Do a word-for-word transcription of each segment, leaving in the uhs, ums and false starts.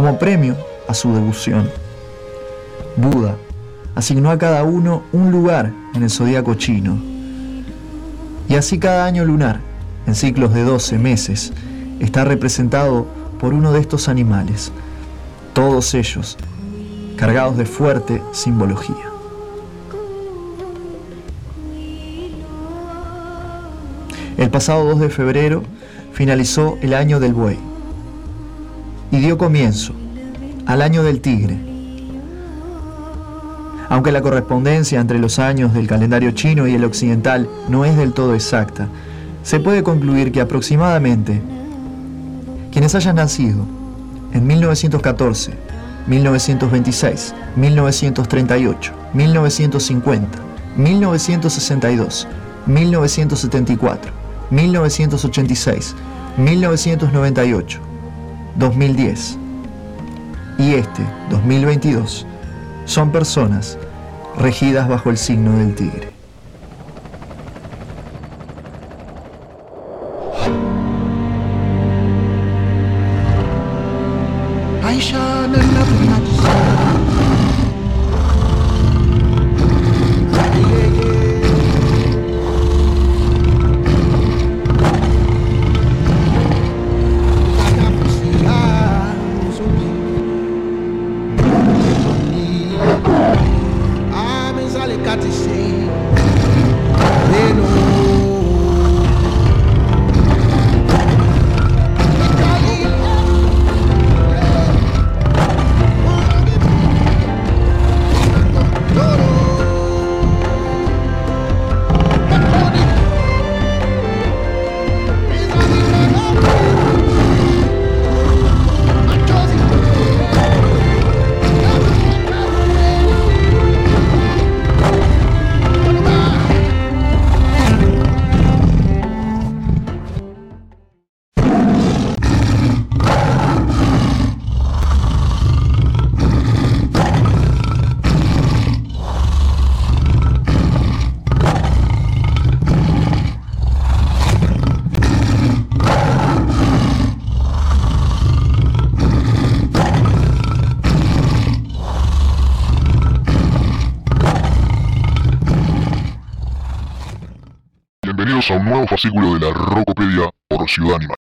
como premio a su devoción. Buda asignó a cada uno un lugar en el zodíaco chino, y así cada año lunar, en ciclos de doce meses, está representado por uno de estos animales, todos ellos cargados de fuerte simbología. El pasado dos de febrero finalizó el año del buey y dio comienzo al año del tigre. Aunque la correspondencia entre los años del calendario chino y el occidental no es del todo exacta, se puede concluir que aproximadamente quienes hayan nacido en mil novecientos catorce, mil novecientos veintiséis, mil novecientos treinta y ocho, mil novecientos cincuenta, mil novecientos sesenta y dos, mil novecientos setenta y cuatro, mil novecientos ochenta y seis, mil novecientos noventa y ocho, dos mil diez y este dos mil veintidós son personas regidas bajo el signo del tigre. Bienvenidos a un nuevo fascículo de la Rocopedia por Ciudad Animal.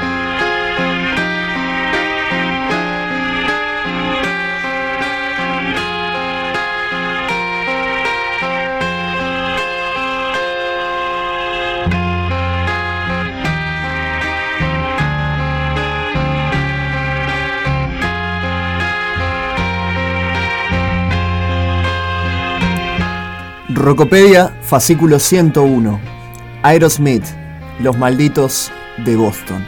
Rocopedia, fascículo ciento uno. Aerosmith, Los Malditos de Boston.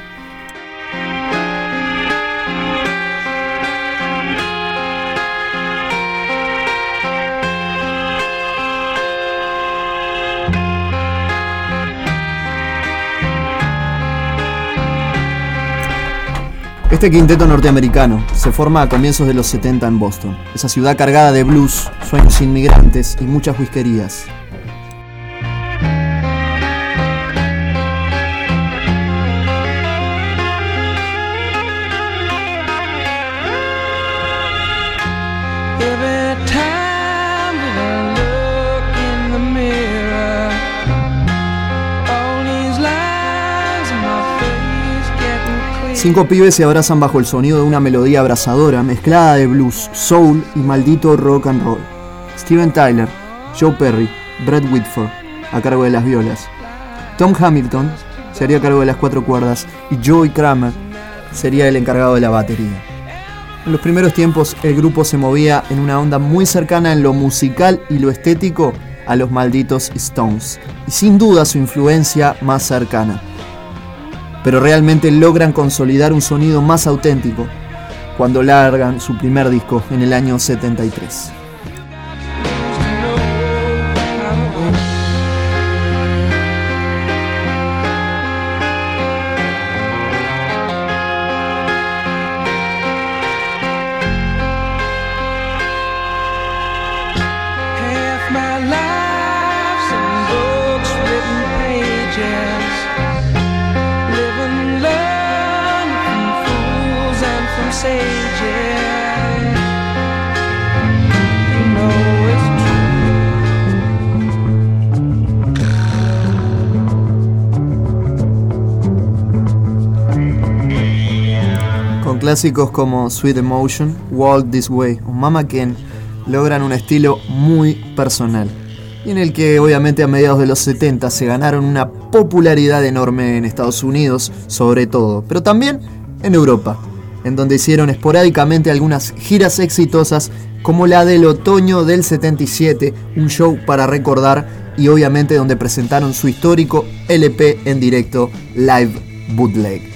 Este quinteto norteamericano se forma a comienzos de los setenta en Boston, esa ciudad cargada de blues, sueños inmigrantes y muchas whiskerías. Cinco pibes se abrazan bajo el sonido de una melodía abrasadora mezclada de blues, soul y maldito rock and roll. Steven Tyler, Joe Perry, Brett Whitford a cargo de las violas. Tom Hamilton se haría cargo de las cuatro cuerdas y Joey Kramer sería el encargado de la batería. En los primeros tiempos el grupo se movía en una onda muy cercana en lo musical y lo estético a los malditos Stones, y sin duda su influencia más cercana. Pero realmente logran consolidar un sonido más auténtico cuando largan su primer disco en el año setenta y tres. Sages. clásicos como Sweet Emotion, Walk This Way o Mama Ken logran un estilo muy personal, y en el que obviamente a mediados de los setenta se ganaron una popularidad enorme en Estados Unidos, sobre todo, pero también en Europa, en donde hicieron esporádicamente algunas giras exitosas, como la del otoño del setenta y siete, un show para recordar, y obviamente donde presentaron su histórico L P en directo, Live Bootleg.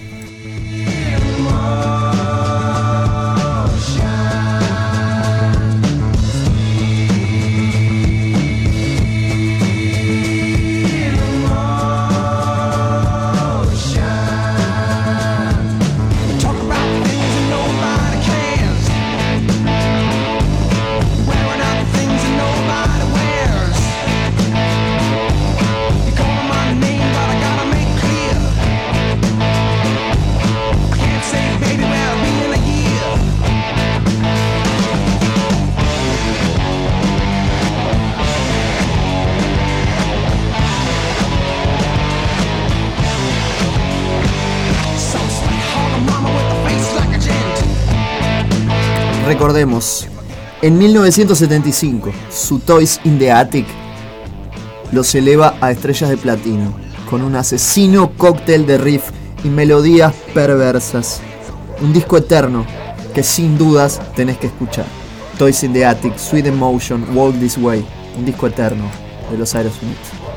Recordemos, en mil novecientos setenta y cinco, su Toys in the Attic los eleva a estrellas de platino, con un asesino cóctel de riff y melodías perversas. Un disco eterno que sin dudas tenés que escuchar. Toys in the Attic, Sweet Emotion, Walk This Way, un disco eterno de los Aerosmith.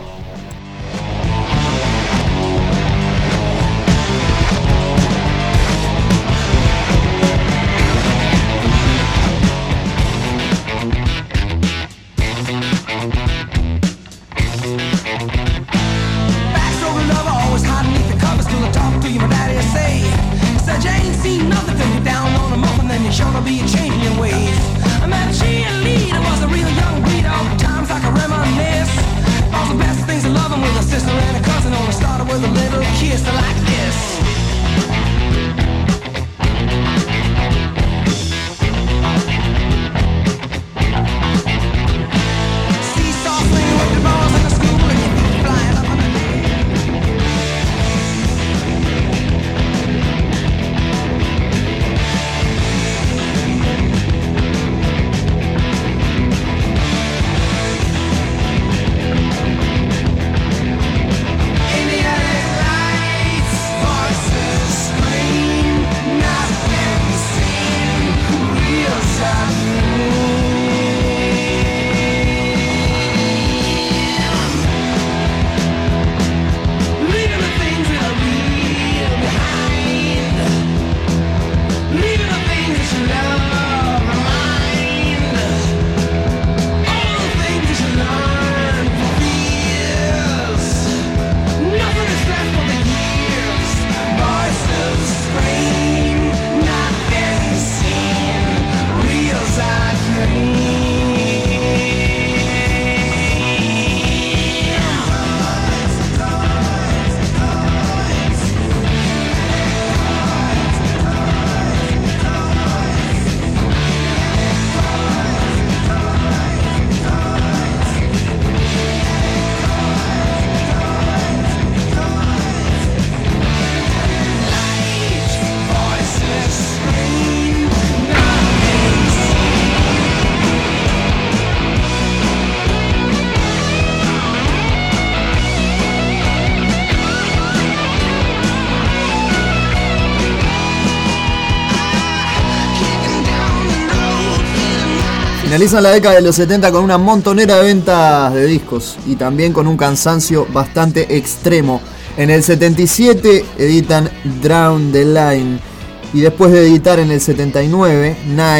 Finalizan la década de los setenta con una montonera de ventas de discos y también con un cansancio bastante extremo. En el setenta y siete editan Drown the Line, y después de editar en el setenta y nueve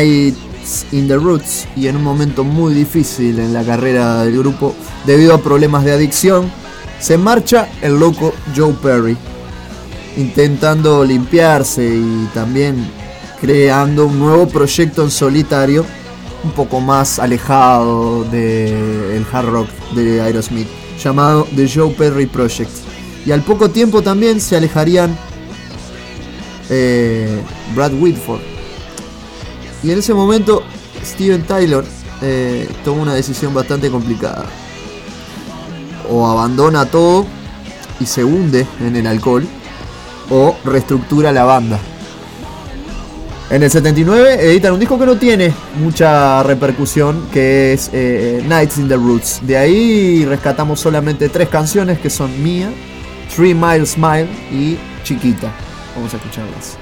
Nights in the Roots, y en un momento muy difícil en la carrera del grupo debido a problemas de adicción, se marcha el loco Joe Perry, intentando limpiarse y también creando un nuevo proyecto en solitario, un poco más alejado del hard rock de Aerosmith, llamado The Joe Perry Project. Y al poco tiempo también se alejarían eh, Brad Whitford. Y en ese momento Steven Tyler eh, toma una decisión bastante complicada. O abandona todo y se hunde en el alcohol, o reestructura la banda. En el setenta y nueve editan un disco que no tiene mucha repercusión, que es eh, Nights in the Roots. De ahí rescatamos solamente tres canciones que son Mía, Three Mile Smile y Chiquita. Vamos a escucharlas.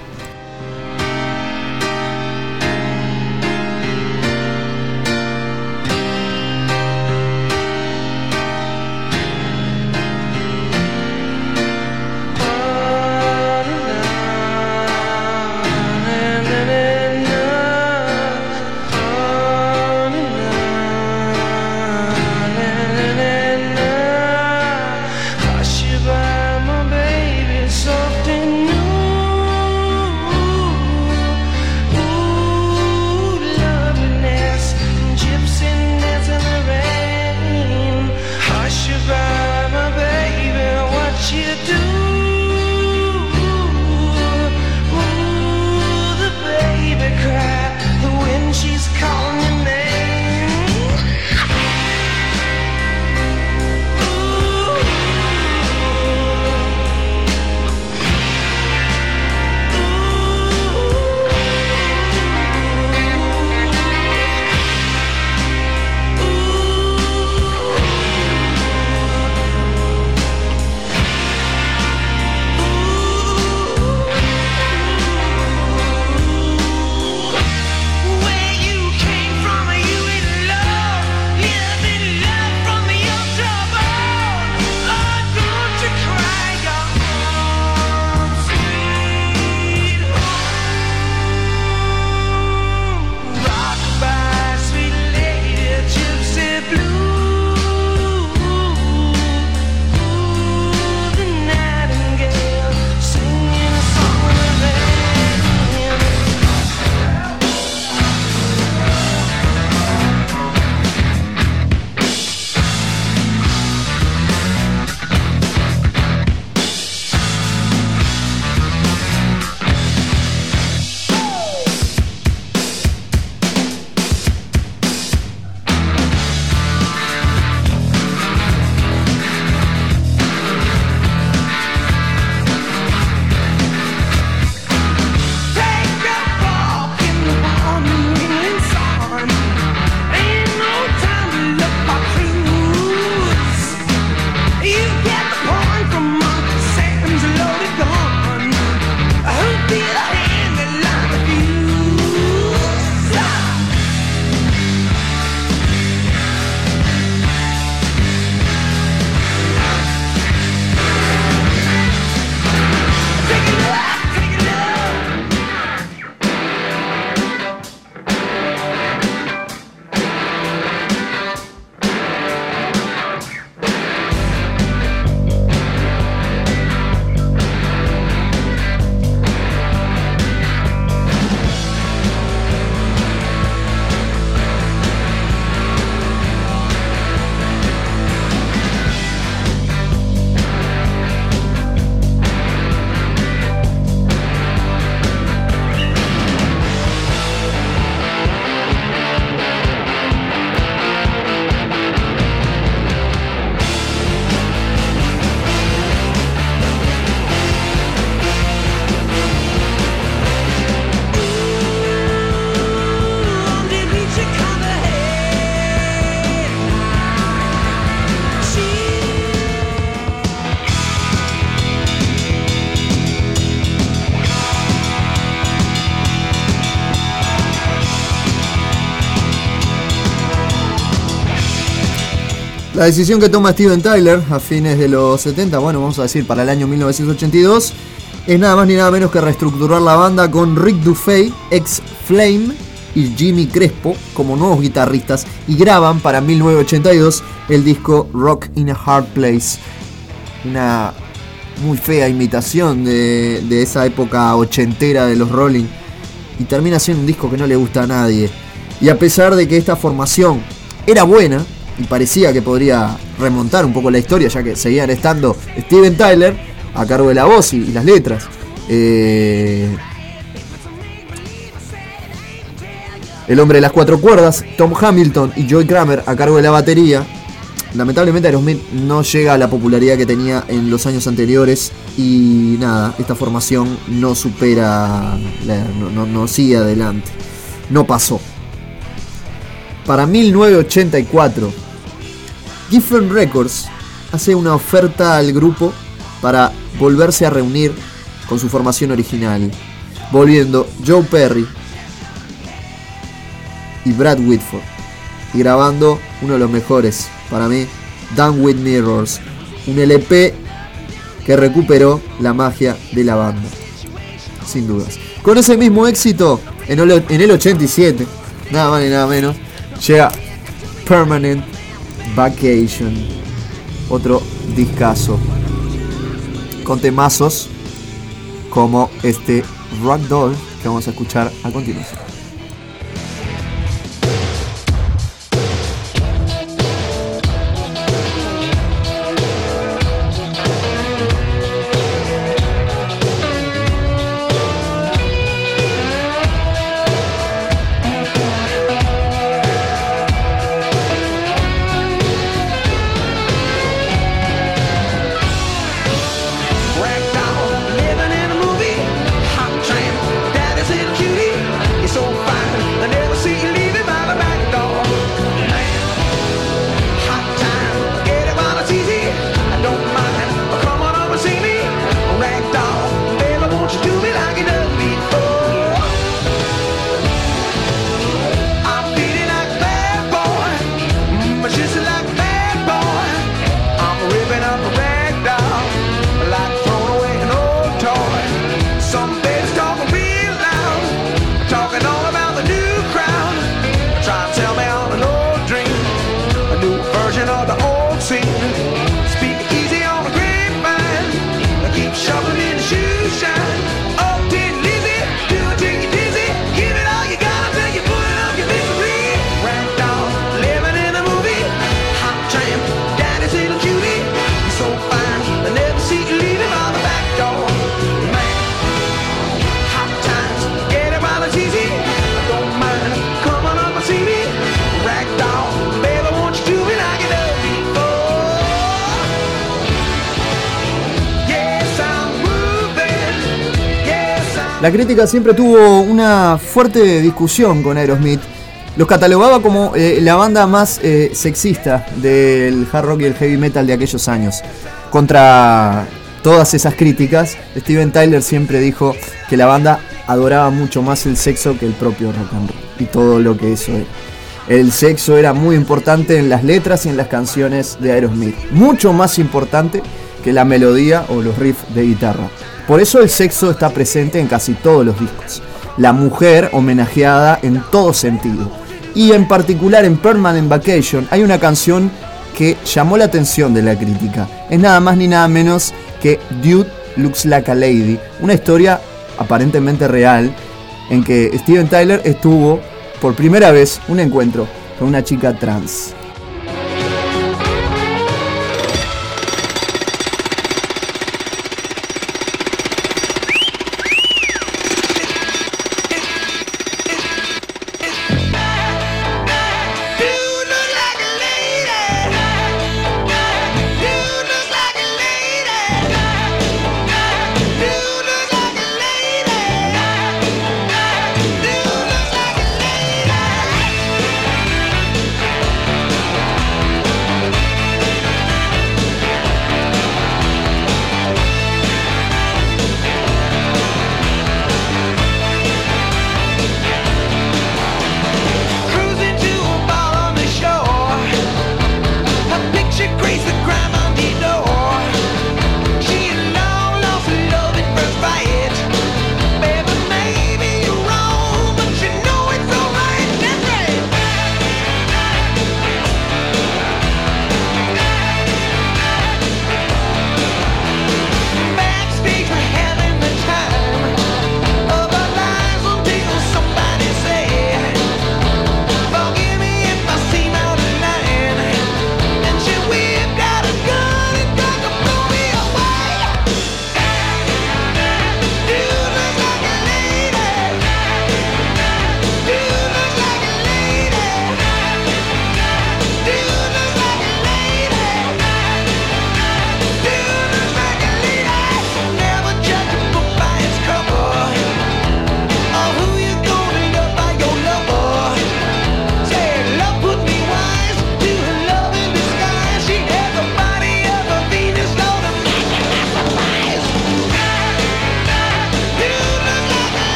La decisión que toma Steven Tyler a fines de los setenta, bueno, vamos a decir para el año mil novecientos ochenta y dos, es nada más ni nada menos que reestructurar la banda con Rick Dufay, ex Flame, y Jimmy Crespo como nuevos guitarristas, y graban para mil novecientos ochenta y dos el disco Rock in a Hard Place, una muy fea imitación de, de esa época ochentera de los Rolling, y termina siendo un disco que no le gusta a nadie. Y a pesar de que esta formación era buena y parecía que podría remontar un poco la historia, ya que seguían estando Steven Tyler a cargo de la voz y, y las letras, eh, el hombre de las cuatro cuerdas, Tom Hamilton, y Joey Kramer a cargo de la batería, lamentablemente Aerosmith no llega a la popularidad que tenía en los años anteriores y nada, esta formación no supera, no, no, no sigue adelante, no pasó. Para mil novecientos ochenta y cuatro, Geffen Records hace una oferta al grupo para volverse a reunir con su formación original, volviendo Joe Perry y Brad Whitford y grabando uno de los mejores para mí, Done with Mirrors, un L P que recuperó la magia de la banda, sin dudas. Con ese mismo éxito, en el, en el ochenta y siete, nada más ni nada menos, llega Permanent Vacation, otro discazo con temazos como este Ragdoll que vamos a escuchar a continuación. La crítica siempre tuvo una fuerte discusión con Aerosmith. Los catalogaba como eh, la banda más eh, sexista del hard rock y el heavy metal de aquellos años. Contra todas esas críticas, Steven Tyler siempre dijo que la banda adoraba mucho más el sexo que el propio rock and roll y todo lo que eso era. El sexo era muy importante en las letras y en las canciones de Aerosmith, mucho más importante que la melodía o los riffs de guitarra. Por eso el sexo está presente en casi todos los discos. La mujer homenajeada en todo sentido. Y en particular en Permanent Vacation hay una canción que llamó la atención de la crítica. Es nada más ni nada menos que Dude Looks Like a Lady. Una historia aparentemente real en que Steven Tyler estuvo por primera vez un encuentro con una chica trans.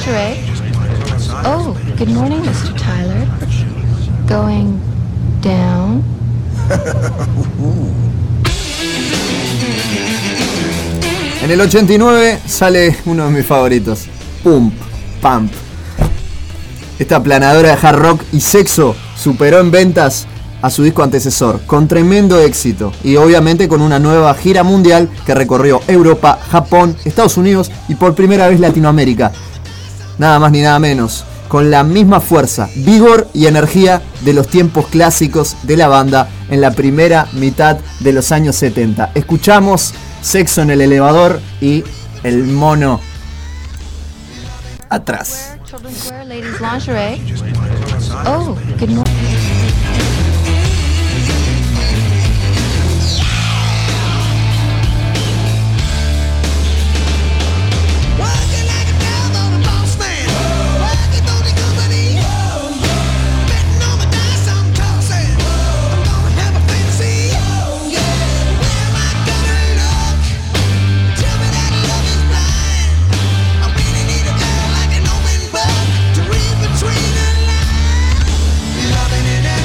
lingerie. Oh, good morning, mister Tyler. Going down. En el ochenta y nueve sale uno de mis favoritos, Pump, Pump. Esta aplanadora de hard rock y sexo superó en ventas a su disco antecesor, con tremendo éxito y obviamente con una nueva gira mundial que recorrió Europa, Japón, Estados Unidos y por primera vez Latinoamérica. Nada más ni nada menos, con la misma fuerza, vigor y energía de los tiempos clásicos de la banda en la primera mitad de los años setenta. Escuchamos Sexo en el elevador y el mono atrás. Children's wear, ladies lingerie. Oh, good morning. Loving it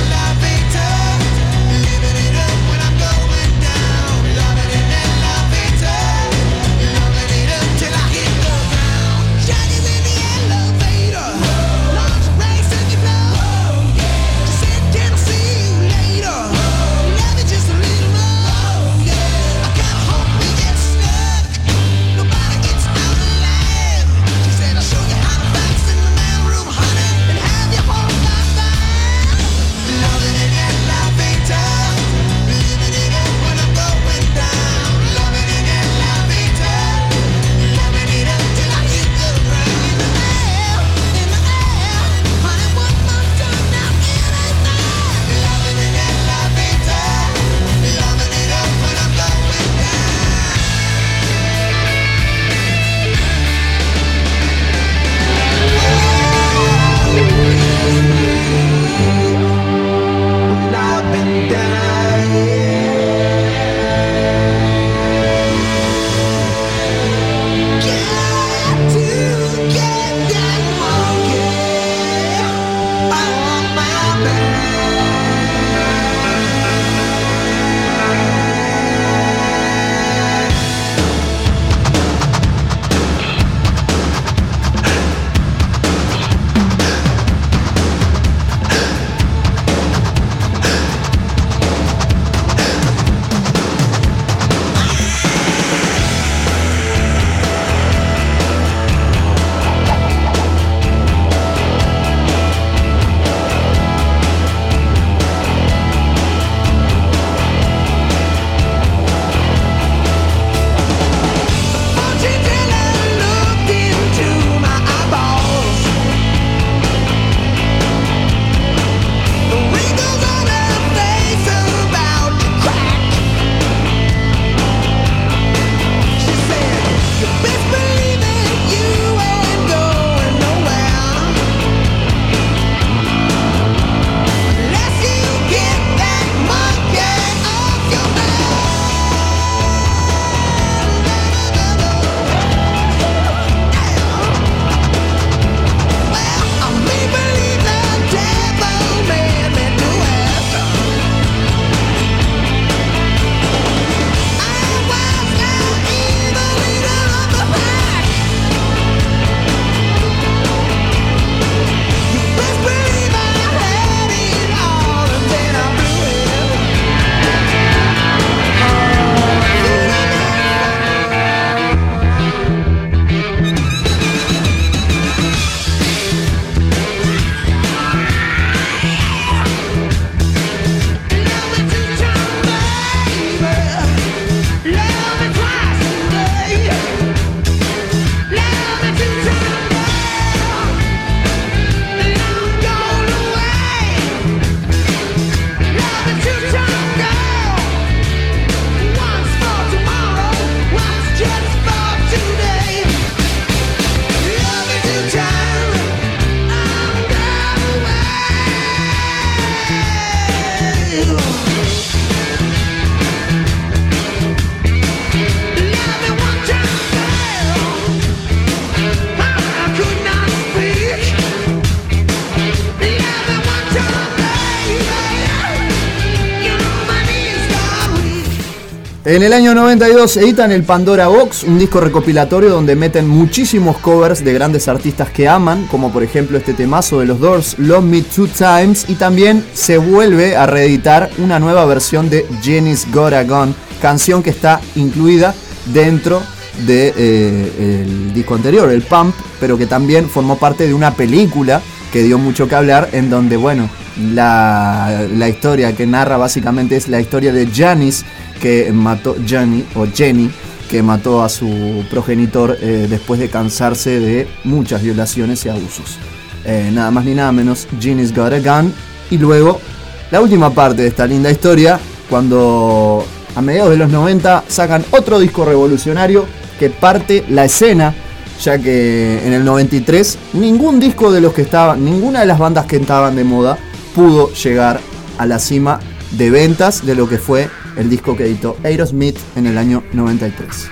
En el año noventa y dos editan el Pandora Box, un disco recopilatorio donde meten muchísimos covers de grandes artistas que aman, como por ejemplo este temazo de los Doors, Love Me Two Times, y también se vuelve a reeditar una nueva versión de Jenny's Got a Gun, canción que está incluida dentro del de, eh, disco anterior, el Pump, pero que también formó parte de una película que dio mucho que hablar, en donde, bueno, la, la historia que narra básicamente es la historia de Janis, que mató Jenny o Jenny que mató a su progenitor eh, después de cansarse de muchas violaciones y abusos. Eh, nada más ni nada menos, Jenny's Got a Gun. Y luego la última parte de esta linda historia, cuando a mediados de los noventa sacan otro disco revolucionario que parte la escena, ya que en el noventa y tres ningún disco de los que estaban, ninguna de las bandas que estaban de moda pudo llegar a la cima de ventas de lo que fue el disco que editó Aerosmith en el año noventa y tres.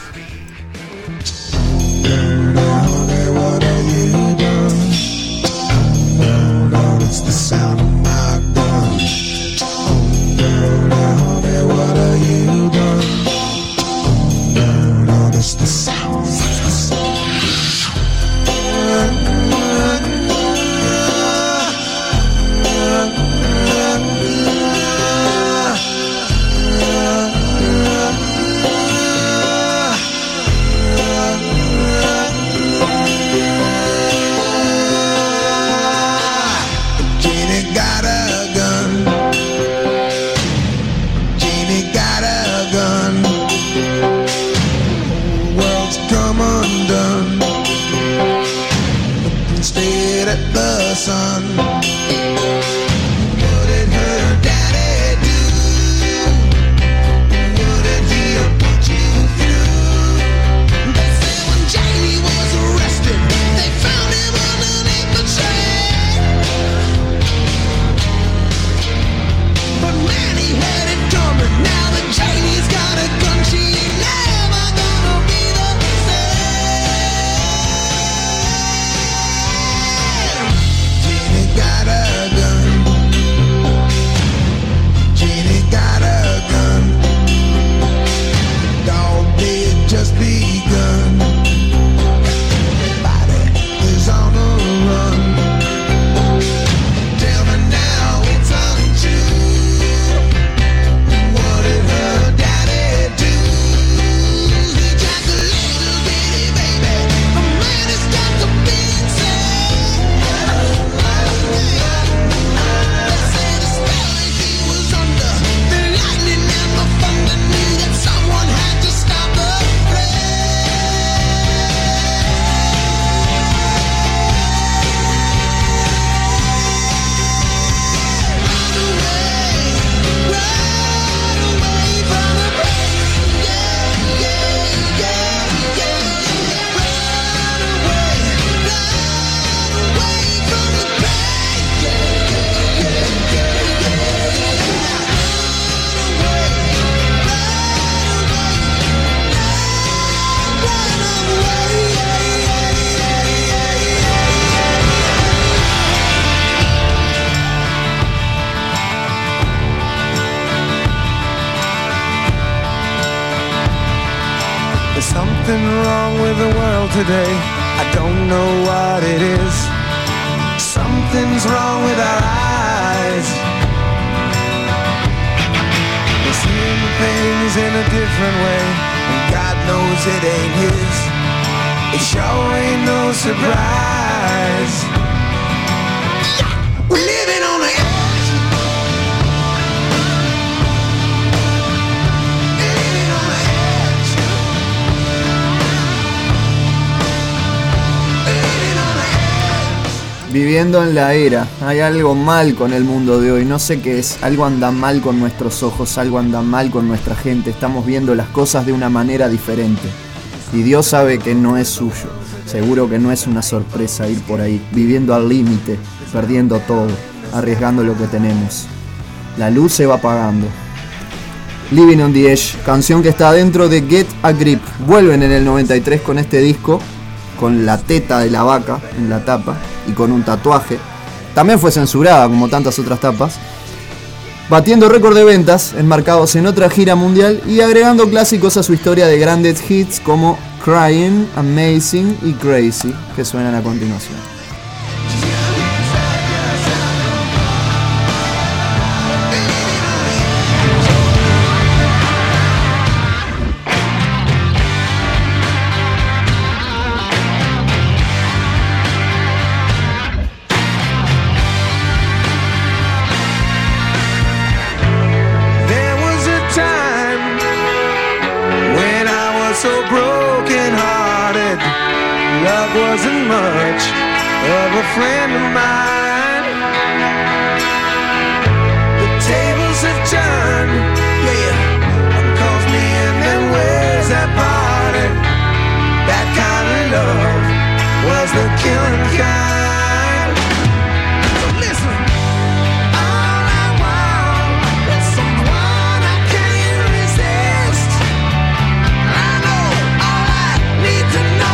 Something wrong with the world today. I don't know what it is. Something's wrong with our eyes. We're seeing things in a different way, and God knows it ain't His. It sure ain't no surprise. We're living on the edge. Viviendo en la era, hay algo mal con el mundo de hoy, no sé qué es, algo anda mal con nuestros ojos, algo anda mal con nuestra gente, estamos viendo las cosas de una manera diferente. Y Dios sabe que no es suyo, seguro que no es una sorpresa ir por ahí, viviendo al límite, perdiendo todo, arriesgando lo que tenemos. La luz se va apagando. Living on the Edge, canción que está dentro de Get a Grip, vuelven en el noventa y tres con este disco, con la teta de la vaca en la tapa y con un tatuaje. También fue censurada como tantas otras tapas. batiendo récord de ventas, enmarcados en otra gira mundial y agregando clásicos a su historia de grandes hits como Crying, Amazing y Crazy, que suenan a continuación. Wasn't much of a friend of mine. The tables have turned, yeah. One calls me and then where's that party? That kind of love was the killing kind. So listen, all I want is someone I can't resist. I know all I need to know.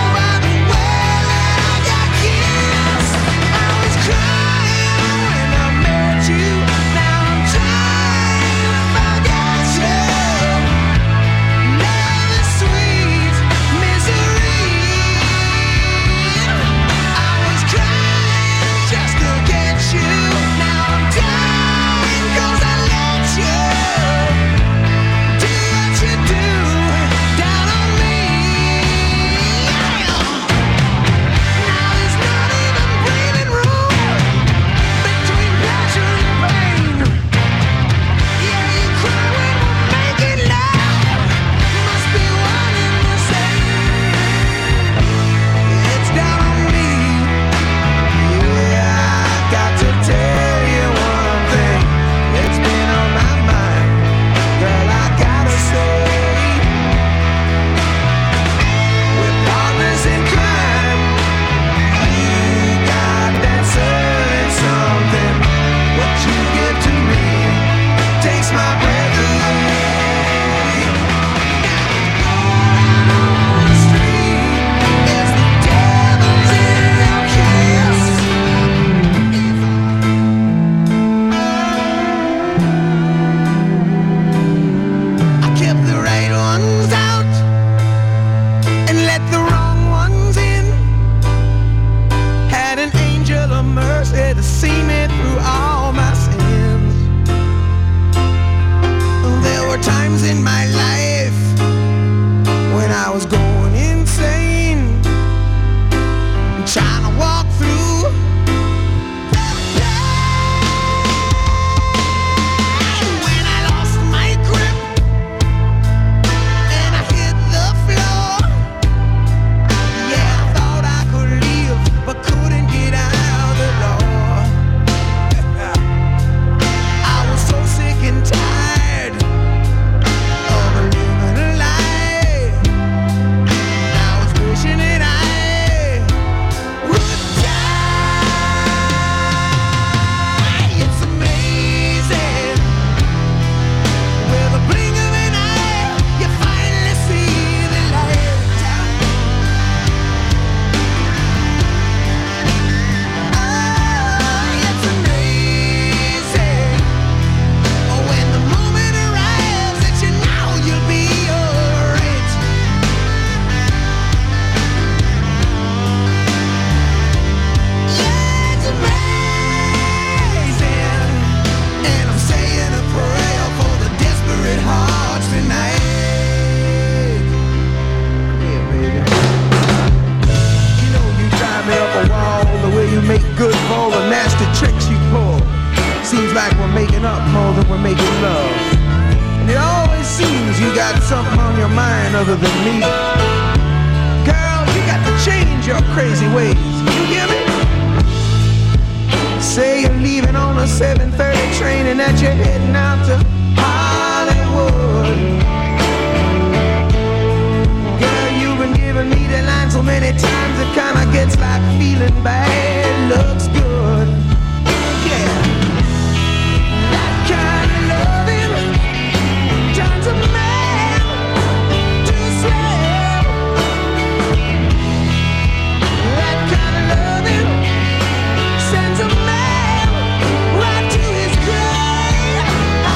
Sends a man right to his grave.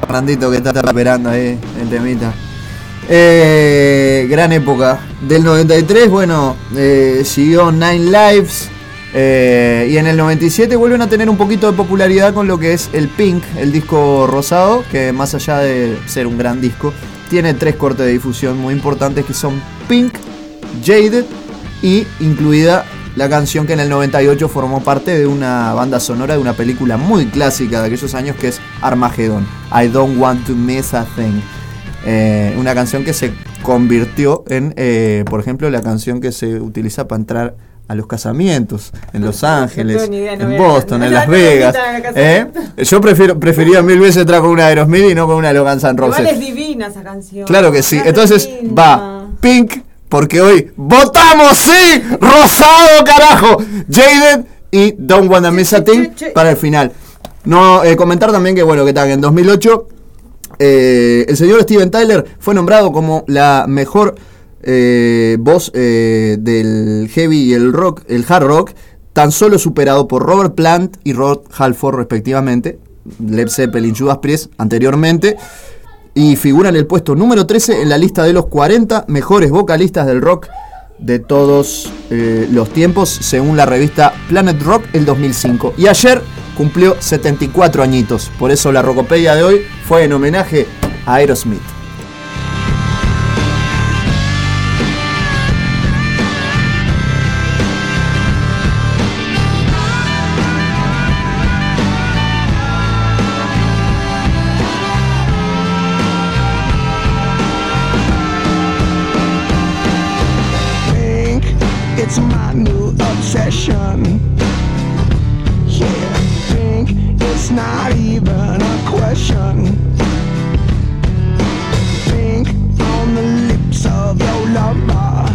Fernandito que está esperando ahí el temita. Eh, gran época. Del noventa y tres, bueno, eh, siguió Nine Lives. Eh, y en el noventa y siete vuelven a tener un poquito de popularidad con lo que es el Pink, el disco rosado, que más allá de ser un gran disco, tiene tres cortes de difusión muy importantes que son Pink, Jaded y incluida la canción que en el noventa y ocho formó parte de una banda sonora de una película muy clásica de aquellos años que es Armageddon, I Don't Want to Miss a Thing. Eh, una canción que se convirtió en, eh, por ejemplo, la canción que se utiliza para entrar a los casamientos en Los Ángeles, no idea, no en Boston, no, en Las no, Vegas. ¿Eh? Yo prefiero prefería mil veces entrar con una Aerosmith y no con una de los Guns N' Roses. Igual es divina esa canción. Claro que sí. Claro, entonces va Pink, porque hoy votamos, sí, rosado, carajo. Jaded y Don't Wanna Miss a Thing para el final. No, eh, comentar también que bueno, que tal, en dos mil ocho eh, el señor Steven Tyler fue nombrado como la mejor Eh, voz eh, del heavy y el rock, el hard rock, tan solo superado por Robert Plant y Rod Halford respectivamente, Led Zeppelin, Judas Priest anteriormente, y figura en el puesto número trece en la lista de los cuarenta mejores vocalistas del rock de todos eh, los tiempos, según la revista Planet Rock el dos mil cinco. Y ayer cumplió setenta y cuatro añitos, por eso la Rocopedia de hoy fue en homenaje a Aerosmith. It's my new obsession. Yeah, Pink, it's not even a question. Pink on the lips of your lover.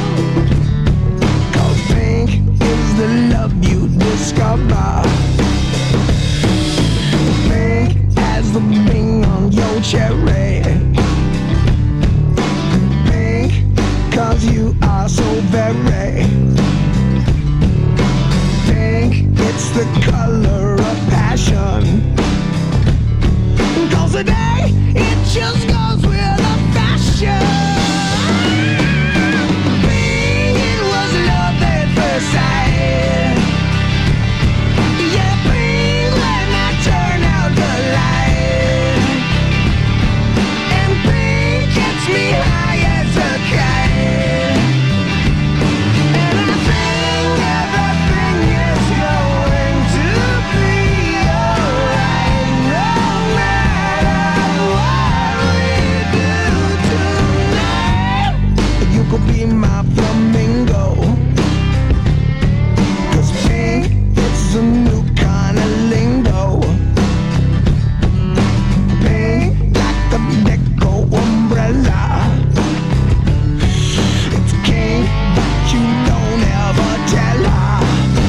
Cause pink is the love you discover. Pink as the ring on your cherry. Cause you are so very pink, it's the color of passion. Cause today, it just goes with the fashion. Pink, it was love at first sight. Yeah, pink, when I turn out the light. And pink gets me high as a kite. Could be my flamingo. Cause pink, it's a new kind of lingo. Pink, like the deco umbrella. It's king, but you don't ever tell her.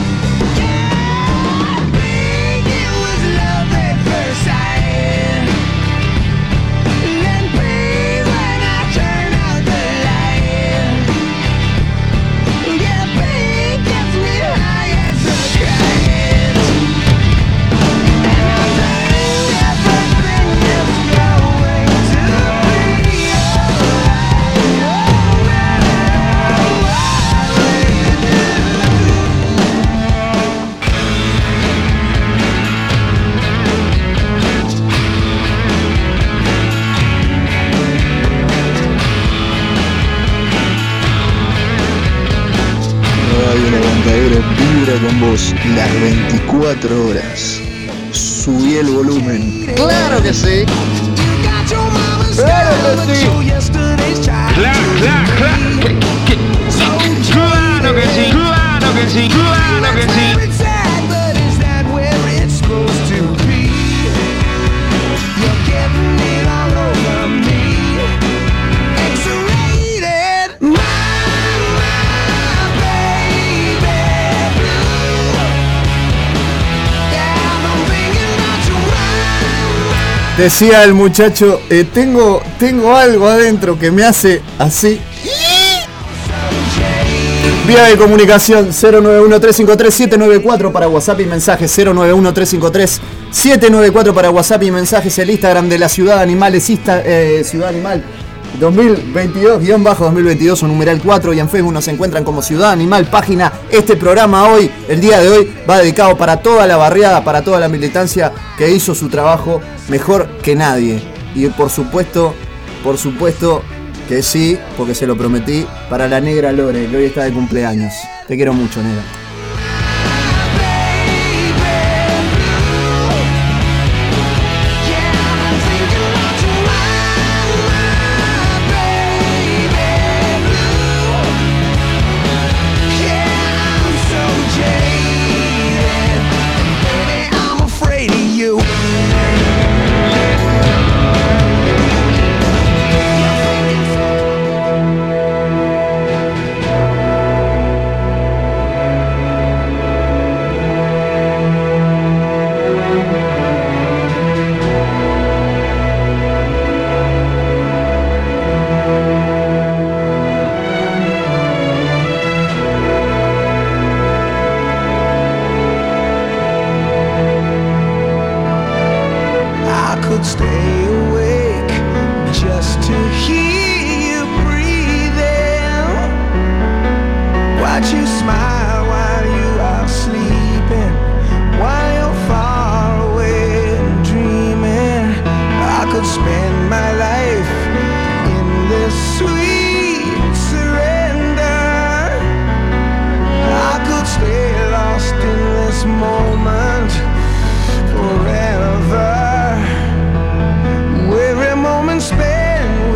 Yeah, pink, it was love at first sight. And pink, when I turn out the light. Vibra con vos las veinticuatro horas. Subí el volumen. ¡Claro que sí! ¡Claro que sí! ¡Claro, claro, claro! ¡Claro que sí! ¡Claro que sí! ¡Claro que sí! Decía el muchacho, eh, tengo, tengo algo adentro que me hace así. Vía de comunicación cero nueve uno tres cinco tres siete nueve cuatro para WhatsApp y mensajes, cero nueve uno tres cinco tres siete nueve cuatro para WhatsApp y mensajes, el Instagram de la Ciudad Animal es Insta, eh, Ciudad Animal dos mil veintidós guión bajo dos mil veintidós o numeral cuatro, y en Facebook nos encuentran como Ciudad Animal página. Este programa hoy, el día de hoy, va dedicado para toda la barriada, para toda la militancia que hizo su trabajo mejor que nadie. Y por supuesto, por supuesto que sí, porque se lo prometí, para la negra Lore, que hoy está de cumpleaños. Te quiero mucho, negra.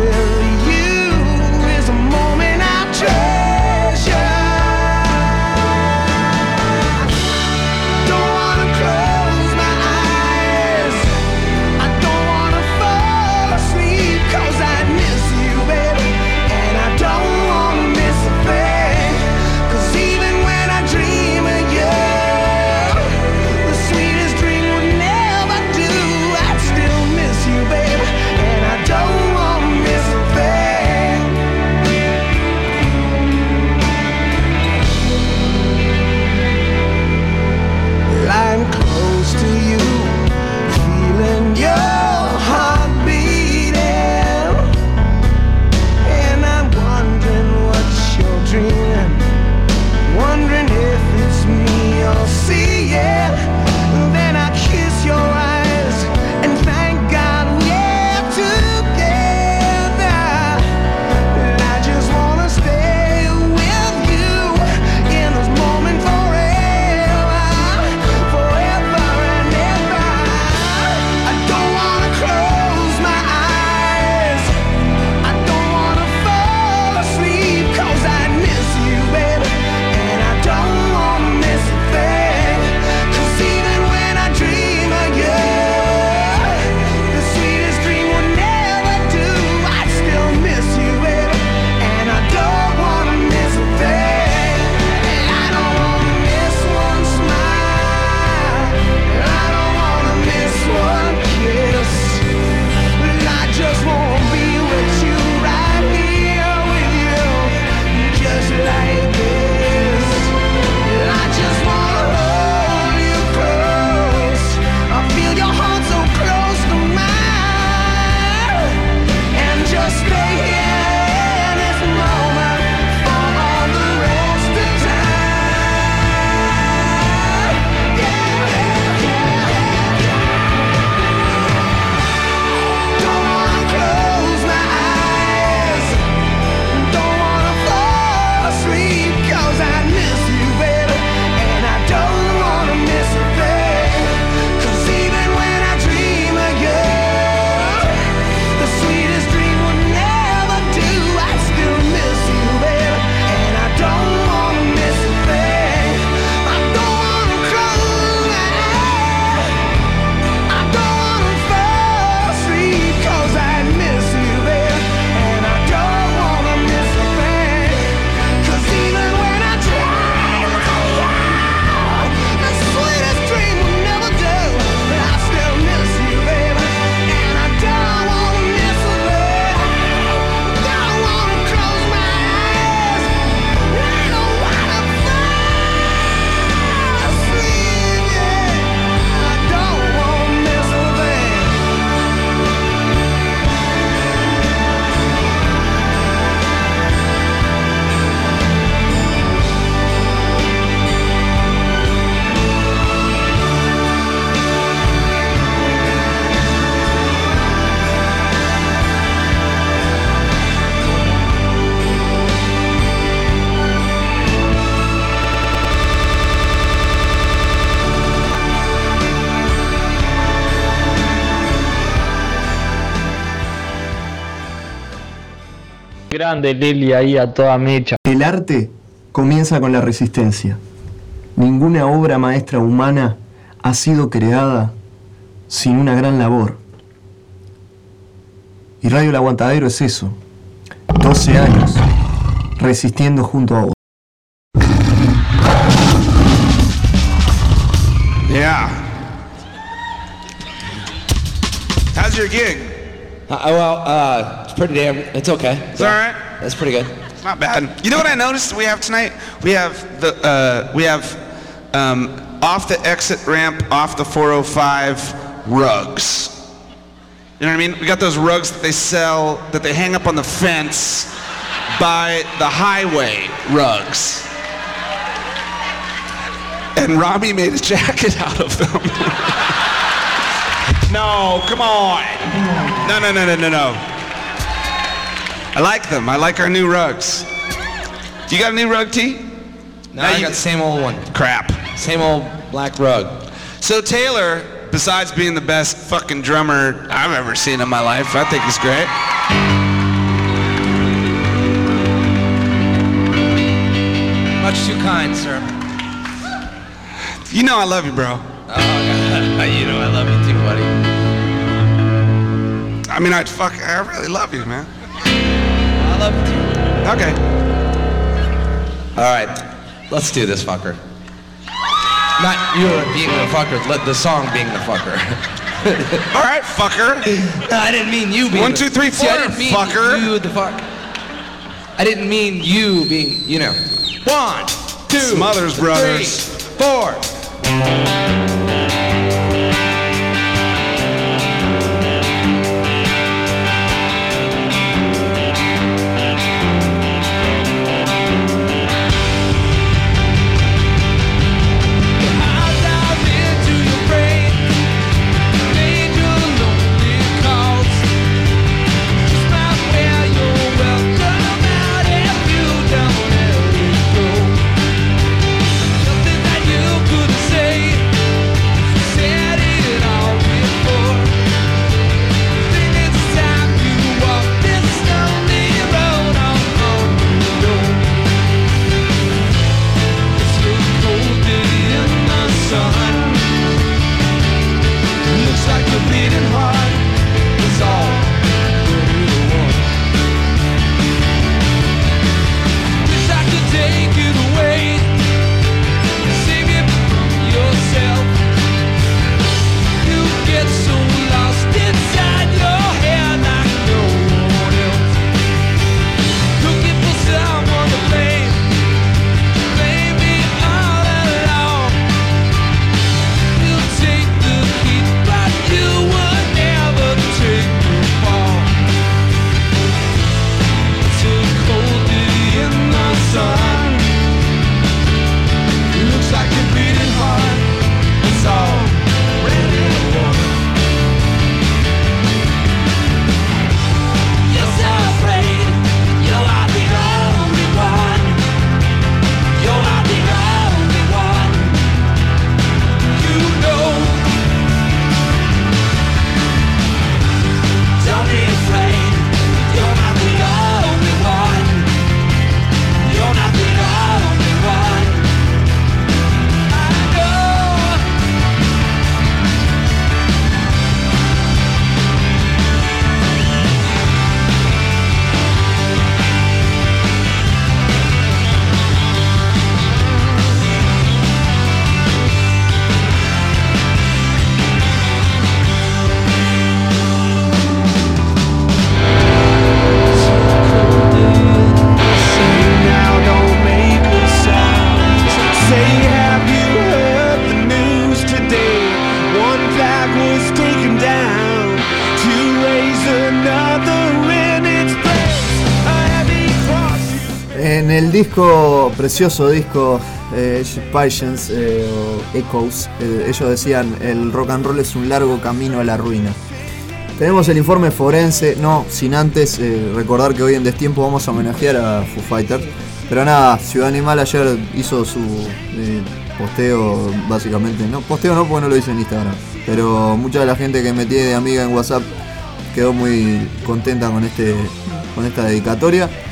Spend with you is a moment I treasure. Grande Lili ahí a toda mecha. El arte comienza con la resistencia. Ninguna obra maestra humana ha sido creada sin una gran labor. Y Radio El Aguantadero es eso. doce años resistiendo junto a vos. Yeah. How's your gig? Uh, well, uh, it's pretty damn. It's okay. It's all right. That's pretty good. It's not bad. You know what I noticed we have tonight? We have the uh, we have um, off the exit ramp, off the four oh five rugs. You know what I mean? We got those rugs that they sell, that they hang up on the fence by the highway rugs. And Robbie made a jacket out of them. No, come on. No, no, no, no, no, no. I like them. I like our new rugs. You got a new rug, T? No, I got the same old one. Crap. Same old black rug. So Taylor, besides being the best fucking drummer I've ever seen in my life, I think he's great. Much too kind, sir. You know I love you, bro. Oh, God. You know I love you too, buddy. I mean, I fuck, I really love you, man. I love you too. Okay. All right, let's do this, fucker. Not you being the fucker, let the song being the fucker. All right, fucker. No, I didn't mean you being One, the, two, three, See, four, I didn't mean fucker. you the fuck. I didn't mean you being, you know. One, two, Smothers Brothers. three, four. En el disco, precioso disco, eh, Patience eh, o Echoes, eh, ellos decían, el rock and roll es un largo camino a la ruina. Tenemos el informe forense, no sin antes eh, recordar que hoy en Destiempo vamos a homenajear a Foo Fighters. Pero nada, Ciudad Animal ayer hizo su eh, posteo, básicamente, no, posteo no porque no lo hice en Instagram, pero mucha de la gente que me tiene de amiga en WhatsApp quedó muy contenta con este con esta dedicatoria.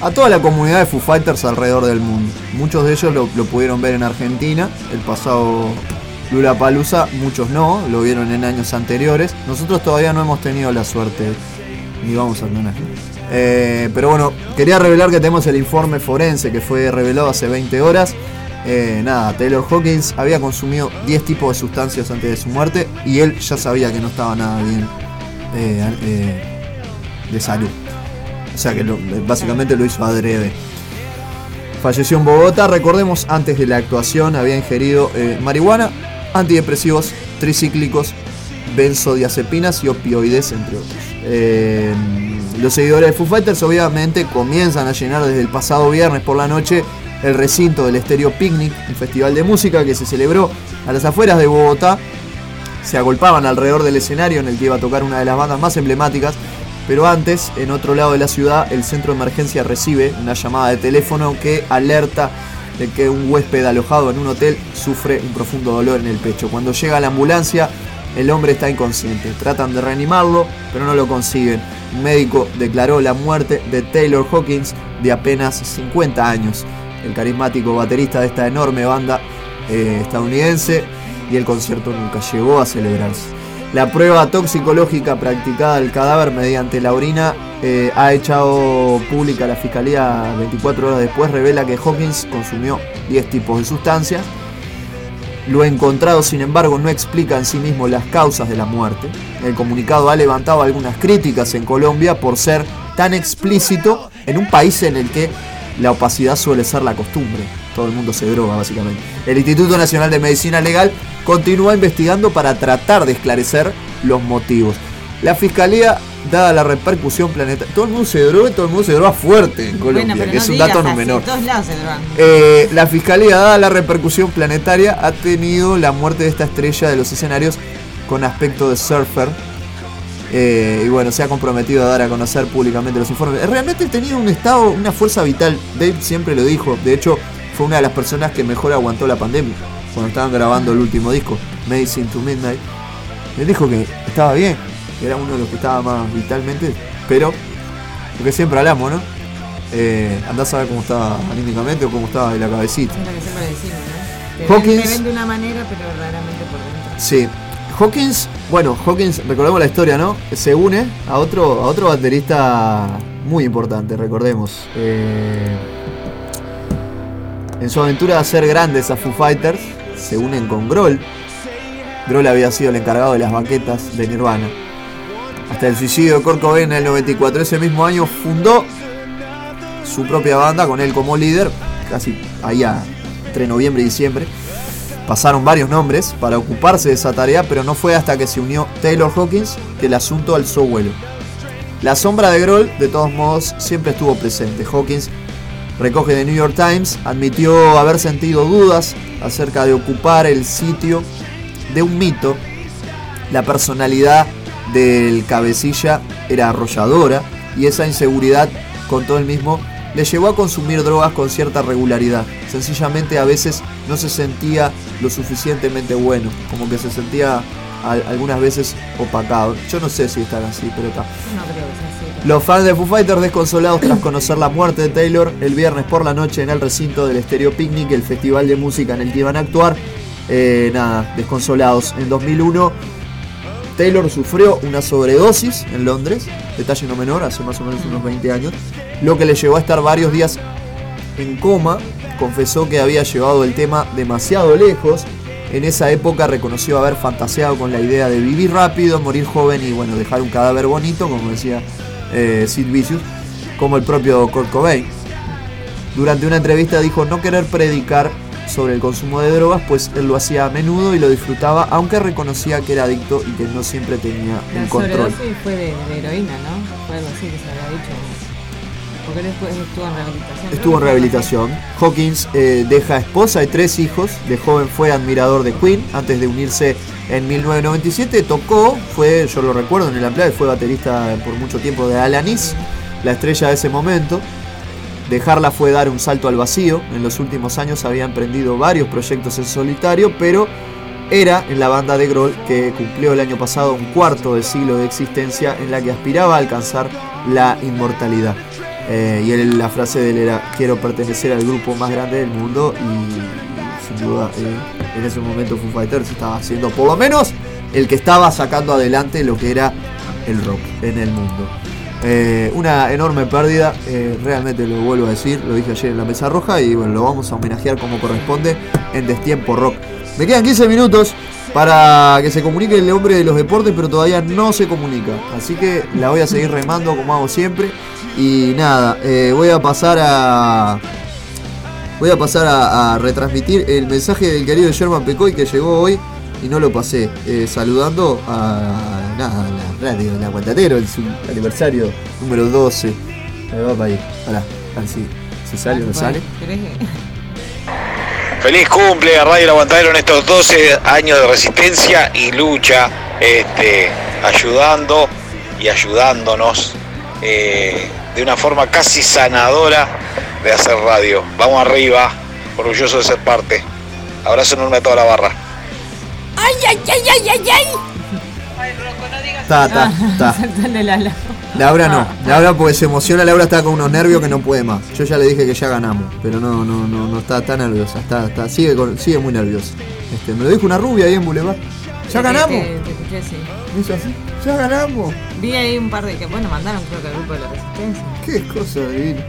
a toda la comunidad de Foo Fighters alrededor del mundo. Muchos de ellos lo, lo pudieron ver en Argentina el pasado Lollapalooza, muchos no, lo vieron en años anteriores. Nosotros todavía no hemos tenido la suerte, ni vamos a tener. Eh, pero bueno, quería revelar que tenemos el informe forense que fue revelado hace veinte horas. Eh, nada, Taylor Hawkins había consumido diez tipos de sustancias antes de su muerte y él ya sabía que no estaba nada bien eh, eh, de salud. O sea que lo, básicamente lo hizo adrede. Falleció en Bogotá, recordemos, antes de la actuación había ingerido eh, marihuana, antidepresivos, tricíclicos, benzodiazepinas y opioides, entre otros. Eh, los seguidores de Foo Fighters obviamente comienzan a llenar desde el pasado viernes por la noche el recinto del Stereo Picnic, un festival de música que se celebró a las afueras de Bogotá. Se agolpaban alrededor del escenario en el que iba a tocar una de las bandas más emblemáticas, pero antes, en otro lado de la ciudad, el centro de emergencia recibe una llamada de teléfono que alerta de que un huésped alojado en un hotel sufre un profundo dolor en el pecho. Cuando llega la ambulancia, el hombre está inconsciente. Tratan de reanimarlo, pero no lo consiguen. Un médico declaró la muerte de Taylor Hawkins, de apenas cincuenta años. El carismático baterista de esta enorme banda eh, estadounidense, y el concierto nunca llegó a celebrarse. La prueba toxicológica practicada al cadáver mediante la orina eh, ha echado pública la fiscalía veinticuatro horas después, revela que Hawkins consumió diez tipos de sustancias. Lo encontrado, sin embargo, no explica en sí mismo las causas de la muerte. El comunicado ha levantado algunas críticas en Colombia por ser tan explícito en un país en el que la opacidad suele ser la costumbre. Todo el mundo se droga, básicamente. El Instituto Nacional de Medicina Legal continúa investigando para tratar de esclarecer los motivos. La fiscalía, dada la repercusión planetaria, todo el mundo se droga y todo el mundo se droga fuerte en Colombia, bueno, que no es un dato no menor. Todos lados se drogan. Eh, la fiscalía, dada la repercusión planetaria, ha tenido la muerte de esta estrella de los escenarios con aspecto de surfer. Eh, y bueno, se ha comprometido a dar a conocer públicamente los informes. Realmente tenía un estado, una fuerza vital. Dave siempre lo dijo. De hecho, fue una de las personas que mejor aguantó la pandemia. Cuando estaban grabando el último disco, Medicine to Midnight, él dijo que estaba bien, que era uno de los que estaba más vitalmente. Pero, porque siempre hablamos, ¿no? Eh, andás a saber cómo estaba anímicamente o cómo estaba de la cabecita. Es lo que siempre decimos, ¿no? Te Hawkins, ven, te ven de una manera, pero raramente por dentro. Sí. Hawkins, bueno, Hawkins, recordemos la historia, ¿no? Se une a otro, a otro baterista muy importante, recordemos. Eh, en su aventura de hacer grandes a Foo Fighters, se unen con Grohl. Grohl había sido el encargado de las baquetas de Nirvana. Hasta el suicidio de Kurt Cobain en el noventa y cuatro, ese mismo año fundó su propia banda con él como líder, casi allá entre noviembre y diciembre. Pasaron varios nombres para ocuparse de esa tarea, pero no fue hasta que se unió Taylor Hawkins que el asunto alzó vuelo. La sombra de Grohl, de todos modos, siempre estuvo presente. Hawkins, recoge The New York Times, admitió haber sentido dudas acerca de ocupar el sitio de un mito. La personalidad del cabecilla era arrolladora y esa inseguridad, contó él mismo, le llevó a consumir drogas con cierta regularidad. Sencillamente a veces no se sentía lo suficientemente bueno, como que se sentía a, algunas veces opacado. Yo no sé si están así, pero está. No creo que sea así. Los fans de Foo Fighters desconsolados tras conocer la muerte de Taylor el viernes por la noche en el recinto del Stereo Picnic, el festival de música en el que iban a actuar. Eh, nada, desconsolados. En dos mil uno Taylor sufrió una sobredosis en Londres, detalle no menor, hace más o menos unos veinte años, lo que le llevó a estar varios días en coma. Confesó que había llevado el tema demasiado lejos. En esa época reconoció haber fantaseado con la idea de vivir rápido, morir joven y bueno, dejar un cadáver bonito, como decía eh, Sid Vicious, como el propio Kurt Cobain. Durante una entrevista dijo no querer predicar sobre el consumo de drogas, pues él lo hacía a menudo y lo disfrutaba, aunque reconocía que era adicto y que no siempre tenía la un control. La sobredosis fue de, de heroína, ¿no? Fue algo así que se había dicho. Porque él después estuvo en rehabilitación. Estuvo en rehabilitación. Hawkins eh, deja esposa y tres hijos. De joven fue admirador de Queen. Antes de unirse en mil novecientos noventa y siete tocó, fue, yo lo recuerdo en el Unplugged, fue baterista por mucho tiempo de Alanis, la estrella de ese momento. Dejarla fue dar un salto al vacío. En los últimos años había emprendido varios proyectos en solitario, pero era en la banda de Grohl, que cumplió el año pasado un cuarto de siglo de existencia, en la que aspiraba a alcanzar la inmortalidad. Eh, y él, la frase de él era: quiero pertenecer al grupo más grande del mundo. Y sin duda, eh, en ese momento Foo Fighters estaba haciendo por lo menos el que estaba sacando adelante lo que era el rock en el mundo. Eh, una enorme pérdida, eh, realmente lo vuelvo a decir, lo dije ayer en la Mesa Roja, y bueno, lo vamos a homenajear como corresponde en Destiempo Rock. Me quedan quince minutos para que se comunique el hombre de los deportes, pero todavía no se comunica, así que la voy a seguir remando como hago siempre. Y nada, eh, voy a pasar a voy a pasar a, a retransmitir el mensaje del querido Sherman Pecoy, que llegó hoy y no lo pasé, eh, saludando a, nada, a la radio del Aguantatero, en su aniversario número doce. Me va para ahí, pará, a ver si, si sale o no sale. Feliz cumple a Radio El Aguantadero en estos doce años de resistencia y lucha, este, ayudando y ayudándonos eh, de una forma casi sanadora de hacer radio. Vamos arriba, orgulloso de ser parte. Abrazo enorme a toda la barra. ¡Ay, ay, ay, ay, ay, ay! Está, está, está. Laura no, Laura porque se emociona, Laura está con unos nervios que no puede más. Yo ya le dije que ya ganamos, pero no, no, no, no está tan nerviosa, está, está, sigue, con, sigue muy nerviosa. Este, me lo dijo una rubia ahí en Boulevard. ¿Ya ganamos? Te, te escuché, sí. ¿Me hizo así? ¿Ya ganamos? Vi ahí un par de que, bueno, mandaron creo que al grupo de la Resistencia. Qué cosa divina.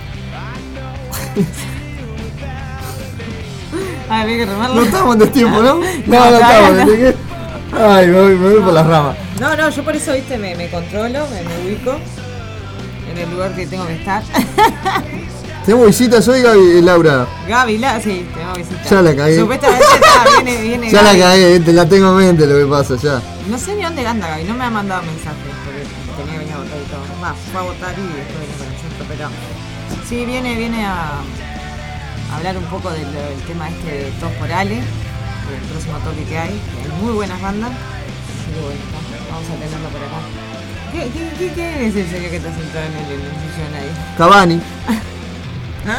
Ah, había que remarlo. No estamos en destiempo, ¿no? No, no, no, no estamos. no. ¿De qué? Ay, me voy, me voy por las ramas. No, no, yo por eso, viste, me, me controlo, me, me ubico en el lugar que tengo que estar. ¿Tenemos visitas hoy, Gaby, Laura? Gaby, la, sí, tenemos visitas. Ya la cagué. Supuestamente está, viene, viene Ya Gaby. la cagué, te la tengo en mente lo que pasa, ya. No sé ni dónde anda Gaby, no me ha mandado mensajes porque tenía que venir a votar y todo. Va, fue a votar y después venía con el centro, pero sí, viene, viene a hablar un poco del, del tema este de Tos por Ale, el próximo toque que hay, que hay muy buenas bandas. Así que bueno, vamos a tenerlo por acá. ¿Qué, qué, qué, qué es el señor que está sentado en el, en el sillón ahí? Cavani. ¿Ah?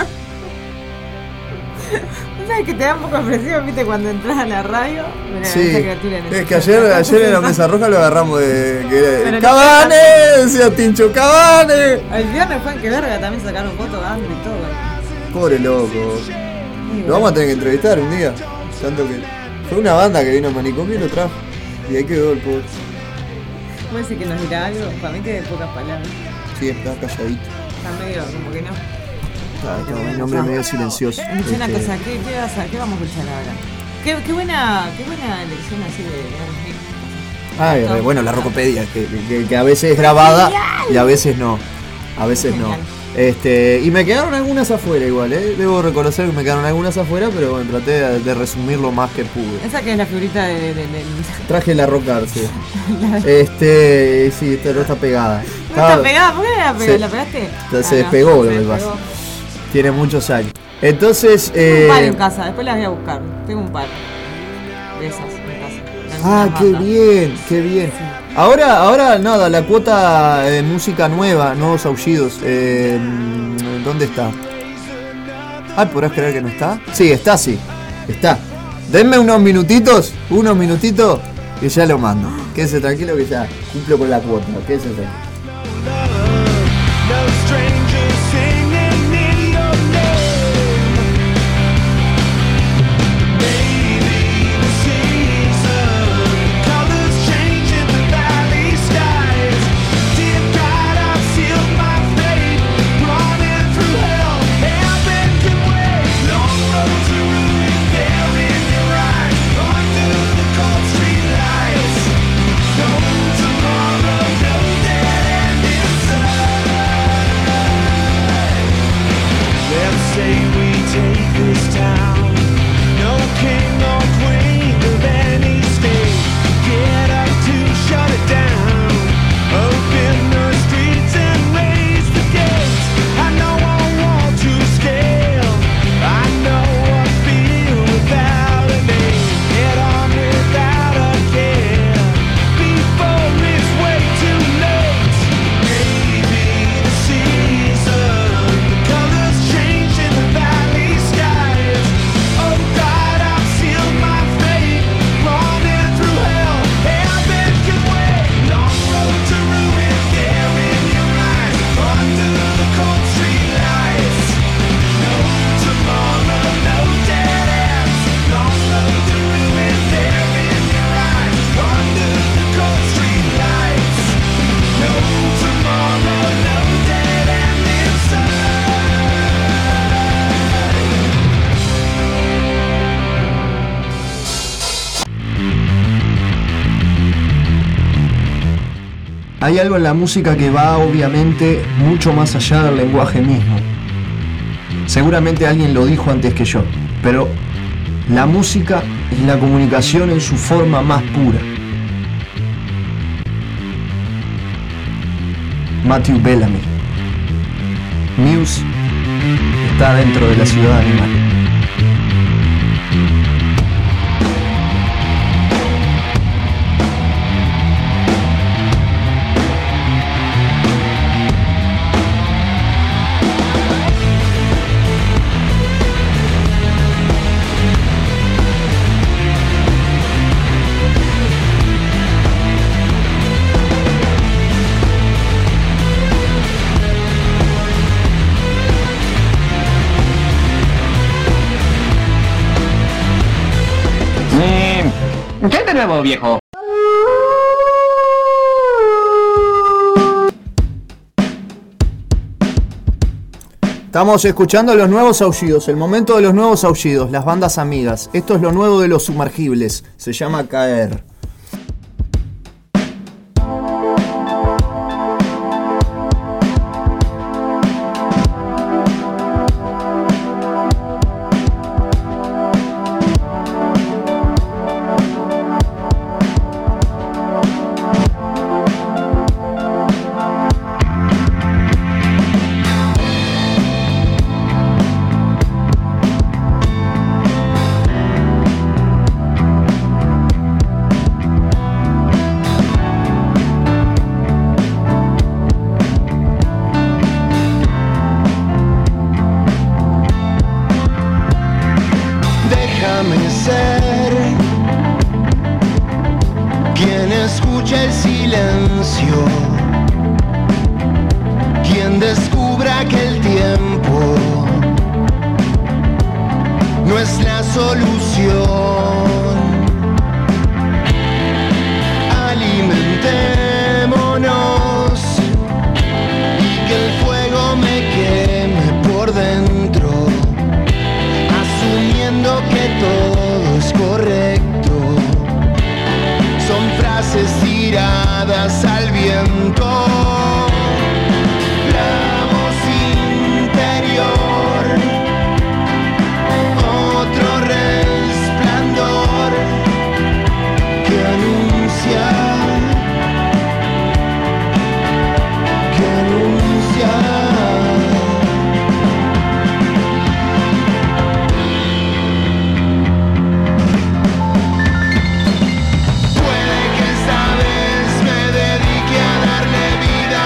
¿No sabes que te da un poco presión, viste, cuando entras a la radio? Mira, Sí, esa criatura en el es que sillón. ayer, ayer en la Mesa Roja lo agarramos de... Que era, Pero no ¡Cavani! Decía Tincho, ¡Cavani! El viernes fue en que verga, también sacaron fotos dando y todo. Pobre loco. Lo vamos a tener que entrevistar un día. Tanto que... Fue una banda que vino a Manicomio y lo trajo. Y ahí quedó el pobre. ¿Puede ser que nos dirá algo? Para mí que de pocas palabras. Sí, está calladito. Está medio como que no. Está, está un hombre medio silencioso. Escuché una Este, cosa, ¿qué, qué, vas a, ¿qué vamos a escuchar ahora? Qué, qué, buena, qué buena elección así de Aerosmith. Ay, re- bueno, la Rocopedia, que, que, que a veces es grabada y a veces no. A veces no. Genial. Este, y me quedaron algunas afuera igual, ¿eh? Debo reconocer que me quedaron algunas afuera, pero bueno, traté de, de resumir lo más que pude. Esa que es la figurita de, de, de, del... Traje la Rocarse. Este, sí, esta no está pegada. ¿No está pegada? ¿Por qué la, pegó? Se- ¿La pegaste? Se Ah, no, despegó lo se que despegó. pasa. Tiene muchos años. Entonces, Tengo un par eh, en casa, después las voy a buscar. Tengo un par de esas en casa. ah, Una qué banda. bien, qué bien. Ahora, ahora nada, la cuota de música nueva, nuevos aullidos. Eh, ¿Dónde está? Ay, ¿podrás creer que no está? Sí, está, sí. Está. Denme unos minutitos, unos minutitos, y ya lo mando. Quédese tranquilo que ya cumplo con la cuota. Quédese tranquilo. No stranger singing in your name. Baby, the season, colors change in the valley skies. Dear God, I've sealed my fate, running through hell. Heaven can wait. Long roads of ruin there in your eyes, under the cold street lights. No tomorrow, no dead. Hay algo en la música que va obviamente mucho más allá del lenguaje mismo. Seguramente alguien lo dijo antes que yo, pero la música es la comunicación en su forma más pura. Matthew Bellamy. Muse está dentro de la ciudad animal. ¿Qué de nuevo, viejo? Estamos escuchando los nuevos aullidos, el momento de los nuevos aullidos, las bandas amigas. Esto es lo nuevo de los sumergibles, se llama Caer. Puede que esta vez me dedique a darle vida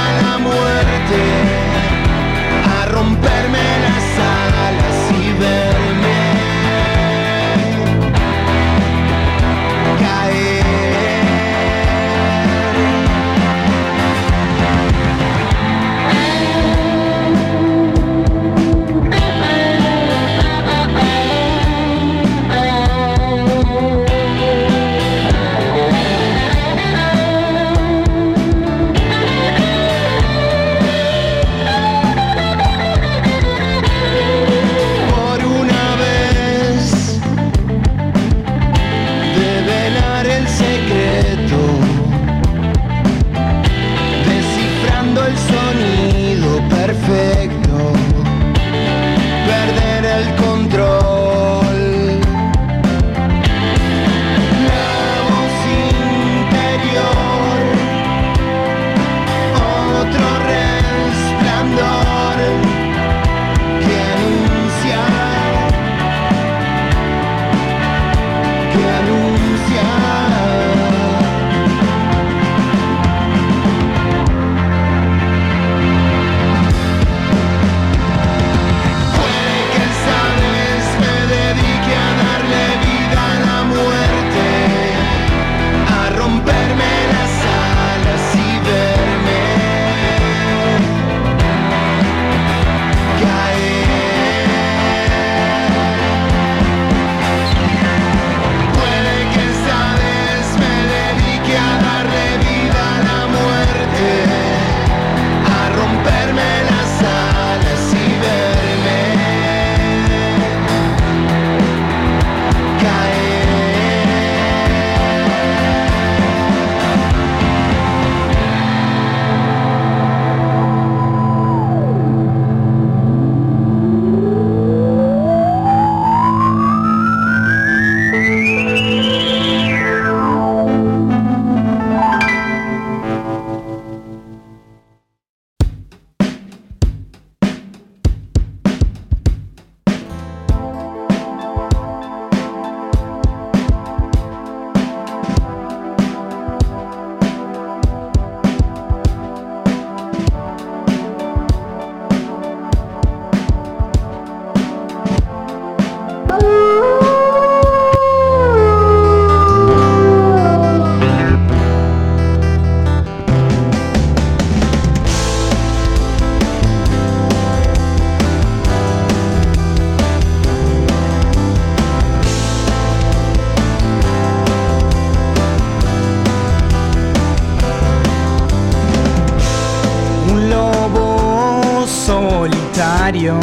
solitario.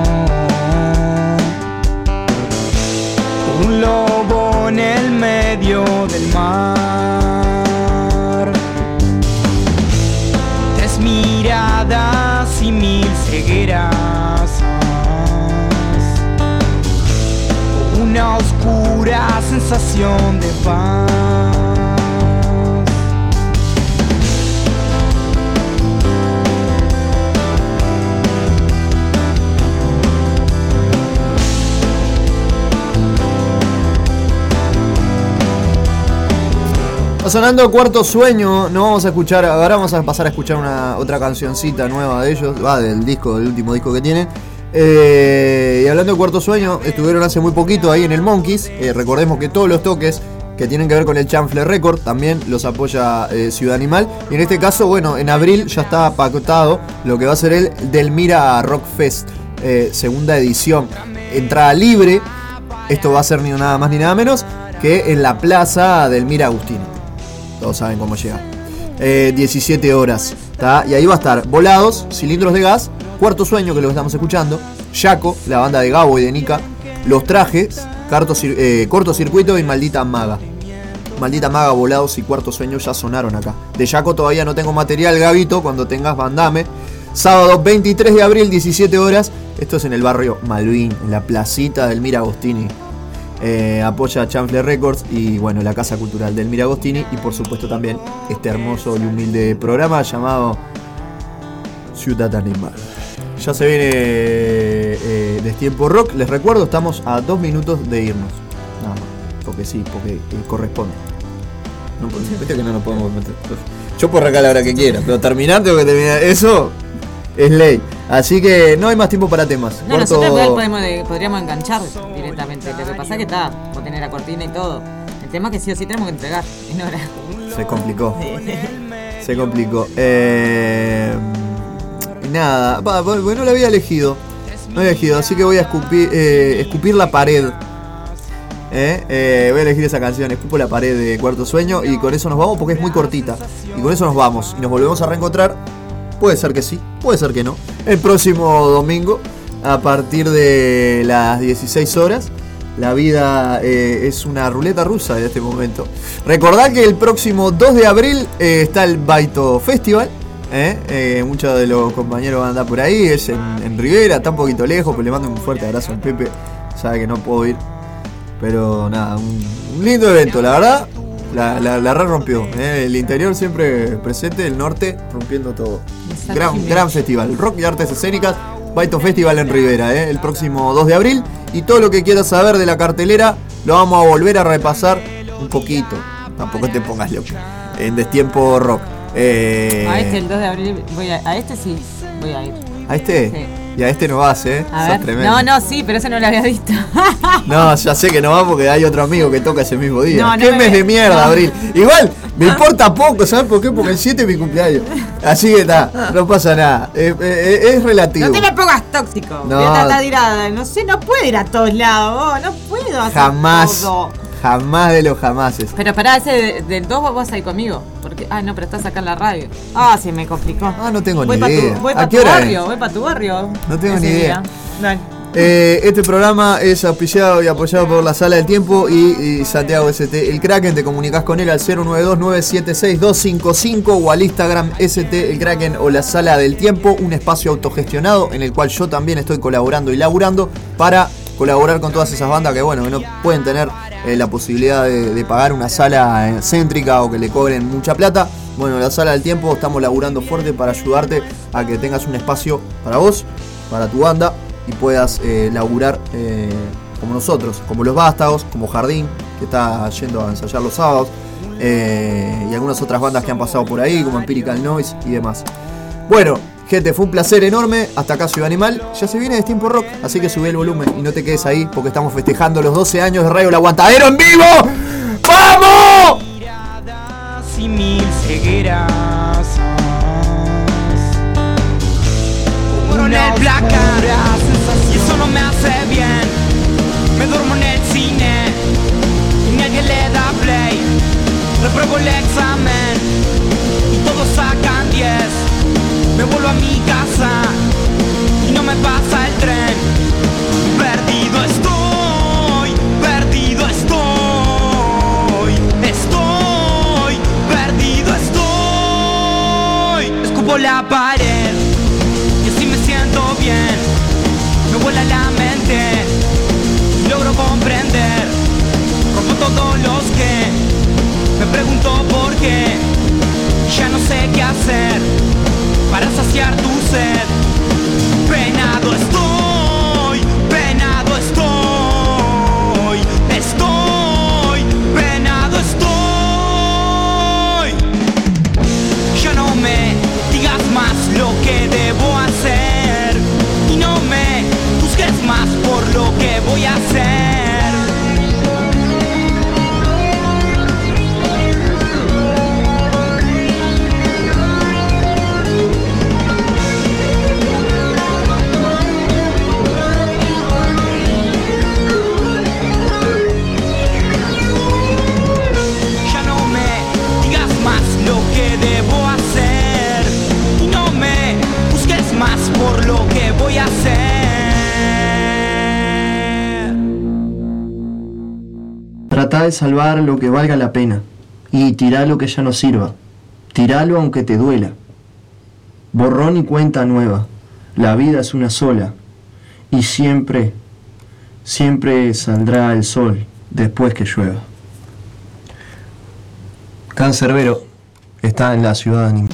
Un lobo en el medio del mar. Tres miradas y mil cegueras. Una oscura sensación de paz. Sonando Cuarto Sueño, no vamos a escuchar, ahora vamos a pasar a escuchar una otra cancioncita nueva de ellos, va del disco, del último disco que tienen. Eh, y hablando de Cuarto Sueño, estuvieron hace muy poquito ahí en el Monkeys. Eh, recordemos que todos los toques que tienen que ver con el Chanfle Record también los apoya eh, Ciudad Animal. Y en este caso, bueno, en abril ya está pactado lo que va a ser el Delmira Rock Fest, eh, segunda edición. Entrada libre, esto va a ser ni nada más ni nada menos que en la plaza Delmira Agustini. Todos saben cómo llega. Eh, diecisiete horas. ¿tá? Y ahí va a estar Volados, Cilindros de Gas, Cuarto Sueño, que es lo que estamos escuchando, Yaco, la banda de Gabo y de Nika, Los Trajes, Carto, eh, Cortocircuito y Maldita Maga. Maldita Maga, Volados y Cuarto Sueño ya sonaron acá. De Yaco todavía no tengo material, Gabito, cuando tengas mandame. Sábado veintitrés de abril, diecisiete horas. Esto es en el barrio Malvin, en la placita del Mira Agostini. Eh, apoya a Chanfle Records y bueno, la Casa Cultural del Mira Agostini. Y por supuesto también este hermoso y humilde programa llamado Ciudad Animal. Ya se viene eh, Destiempo Rock. Les recuerdo, estamos a dos minutos de irnos. Nada más, porque sí, porque eh, corresponde. No, viste que no nos podemos meter. Yo puedo arrancar la hora que quiera, pero terminar tengo que terminar. Eso es ley. Así que no hay más tiempo para temas. No, Corto... nosotros podemos, podríamos enganchar directamente. Lo que pasa es que está, por tener la cortina y todo. El tema es que sí o sí tenemos que entregar en hora. Se complicó. Se complicó. Eh... Nada, porque no lo había elegido. No lo había elegido, así que voy a escupir, eh, escupir la pared. ¿Eh? Eh, voy a elegir esa canción, Escupo la pared de Cuarto Sueño. Y con eso nos vamos porque es muy cortita. Y con eso nos vamos. Y nos volvemos a reencontrar. Puede ser que sí, puede ser que no. El próximo domingo, a partir de las dieciséis horas. La vida eh, es una ruleta rusa en este momento. Recordad que el próximo dos de abril eh, está el Baito Festival. ¿eh? Eh, muchos de los compañeros van a andar por ahí. Es en, en Rivera, está un poquito lejos. Pero le mando un fuerte abrazo al Pepe. Sabe que no puedo ir. Pero nada, un, un lindo evento, la verdad. La, la, la red rompió, ¿eh? El interior siempre presente, el norte rompiendo todo. Gran, gran festival, rock y artes escénicas, Baito Festival en Rivera, ¿eh? El próximo dos de abril. Y todo lo que quieras saber de la cartelera lo vamos a volver a repasar un poquito. Tampoco te pongas loco. En Destiempo Rock. Eh... A este el dos de abril voy a, a este sí voy a ir. ¿A este? Sí. Y a este no vas, ¿eh? A ver. Tremendo. No, no, sí, pero ese no lo había visto. No, ya sé que no va porque hay otro amigo que toca ese mismo día. No, no ¿Qué mes me... de mierda, no. Abril? Igual, me importa poco, ¿sabes por qué? Porque el siete es mi cumpleaños. Así que está, no pasa nada. Es, es, es relativo. No te me pongas tóxico. No. Voy a tratar de ir a, no sé, no puedo ir a todos lados. No puedo hacer Jamás. todo. Jamás de los jamases. Pero pará, ese del dos vos vas a ir conmigo. Porque, ah, no, pero estás acá en la radio. Ah, se me complicó. Ah, no tengo voy ni idea. Tu, voy para tu barrio, es? voy para tu barrio. No tengo ni idea. Eh, este programa es auspiciado y apoyado por la Sala del Tiempo y, y Santiago S T El Kraken. Te comunicas con él al cero nueve dos nueve siete seis dos cinco cinco o al Instagram S T El Kraken o la Sala del Tiempo, un espacio autogestionado en el cual yo también estoy colaborando y laburando para colaborar con todas esas bandas que bueno, que no pueden tener eh, la posibilidad de, de pagar una sala céntrica o que le cobren mucha plata. Bueno, en la Sala del Tiempo estamos laburando fuerte para ayudarte a que tengas un espacio para vos, para tu banda y puedas eh, laburar eh, como nosotros, como Los Vástagos, como Jardín, que está yendo a ensayar los sábados, eh, y algunas otras bandas que han pasado por ahí, como Empirical Noise y demás. Bueno, gente, fue un placer enorme. Hasta acá Ciudad Animal. Ya se viene Destiempo Rock, así que sube el volumen y no te quedes ahí porque estamos festejando los doce años de Radio El Aguantadero en vivo. ¡Vamos! Y mil cegueras. Uno en el placar y eso no me hace bien. Me duermo en el cine y nadie le da play. Repruebo el examen y todos sacan diez. Me vuelvo a mi casa y no me pasa la pared y así me siento bien. Me vuela la mente y logro comprender. Rompo todos los que me pregunto por qué. Ya no sé qué hacer para saciar tu sed. Penado estoy, penado estoy, estoy, penado estoy. Ya no me digas más lo que debo hacer y no me juzgues más por lo que voy a hacer. Por lo que voy a hacer. Tratá de salvar lo que valga la pena y tirá lo que ya no sirva. Tiralo aunque te duela. Borrón y cuenta nueva. La vida es una sola y siempre, siempre saldrá el sol después que llueva. Cancerbero está en la ciudad animal.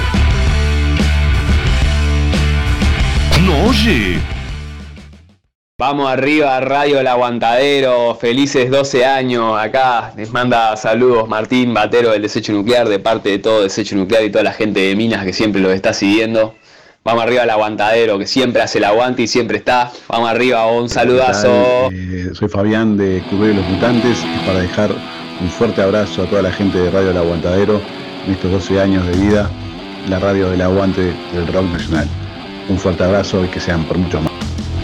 Oye, Vamos arriba, Radio El Aguantadero, felices doce años, acá les manda saludos Martín Batero del Desecho Nuclear, de parte de todo Desecho Nuclear y toda la gente de Minas que siempre los está siguiendo. Vamos arriba El Aguantadero, que siempre hace el aguante y siempre está. Vamos arriba, un saludazo. Eh, soy Fabián de Curvelo de los Mutantes, y para dejar un fuerte abrazo a toda la gente de Radio El Aguantadero en estos doce años de vida, la radio del aguante del rock nacional. Un fuerte abrazo y que sean por muchos más.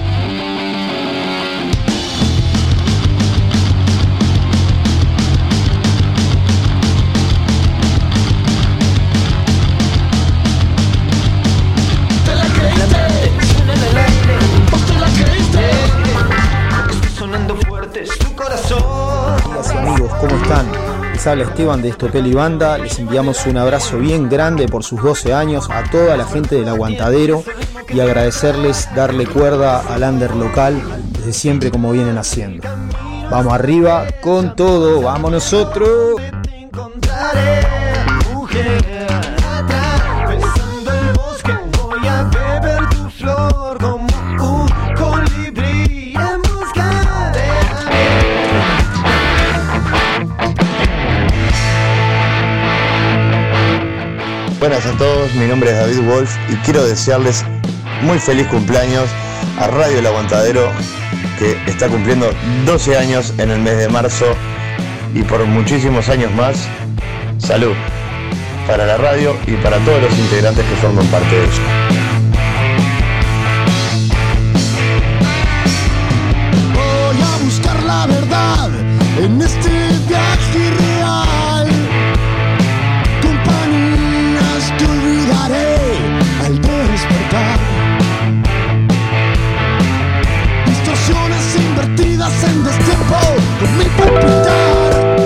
Habla Esteban de Estopeli Banda, les enviamos un abrazo bien grande por sus doce años a toda la gente del Aguantadero y agradecerles darle cuerda al under local desde siempre como vienen haciendo. Vamos arriba con todo, vamos nosotros. Buenas a todos, mi nombre es David Wolf y quiero desearles muy feliz cumpleaños a Radio El Aguantadero, que está cumpliendo doce años en el mes de marzo y por muchísimos años más. Salud para la radio y para todos los integrantes que forman parte de ella. Voy a buscar la verdad en este viaje irreal. Te olvidaré al despertar. Distorsiones invertidas en destiempo con mi palpitar.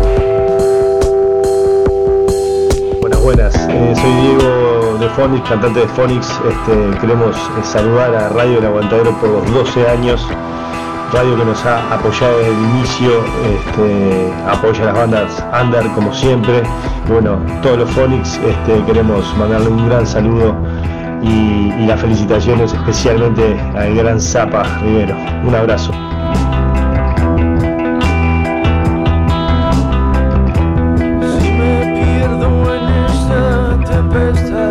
Buenas, buenas. Eh, soy Diego de Phonics, cantante de Phonics. Este, queremos eh, saludar a Radio El Aguantadero por los doce años. Radio que nos ha apoyado desde el inicio, este, apoya a las bandas under como siempre. Bueno, todos los Phonics este, queremos mandarle un gran saludo y, y las felicitaciones especialmente al gran Zapa Rivero. Un abrazo. Si me pierdo en esta tempestad,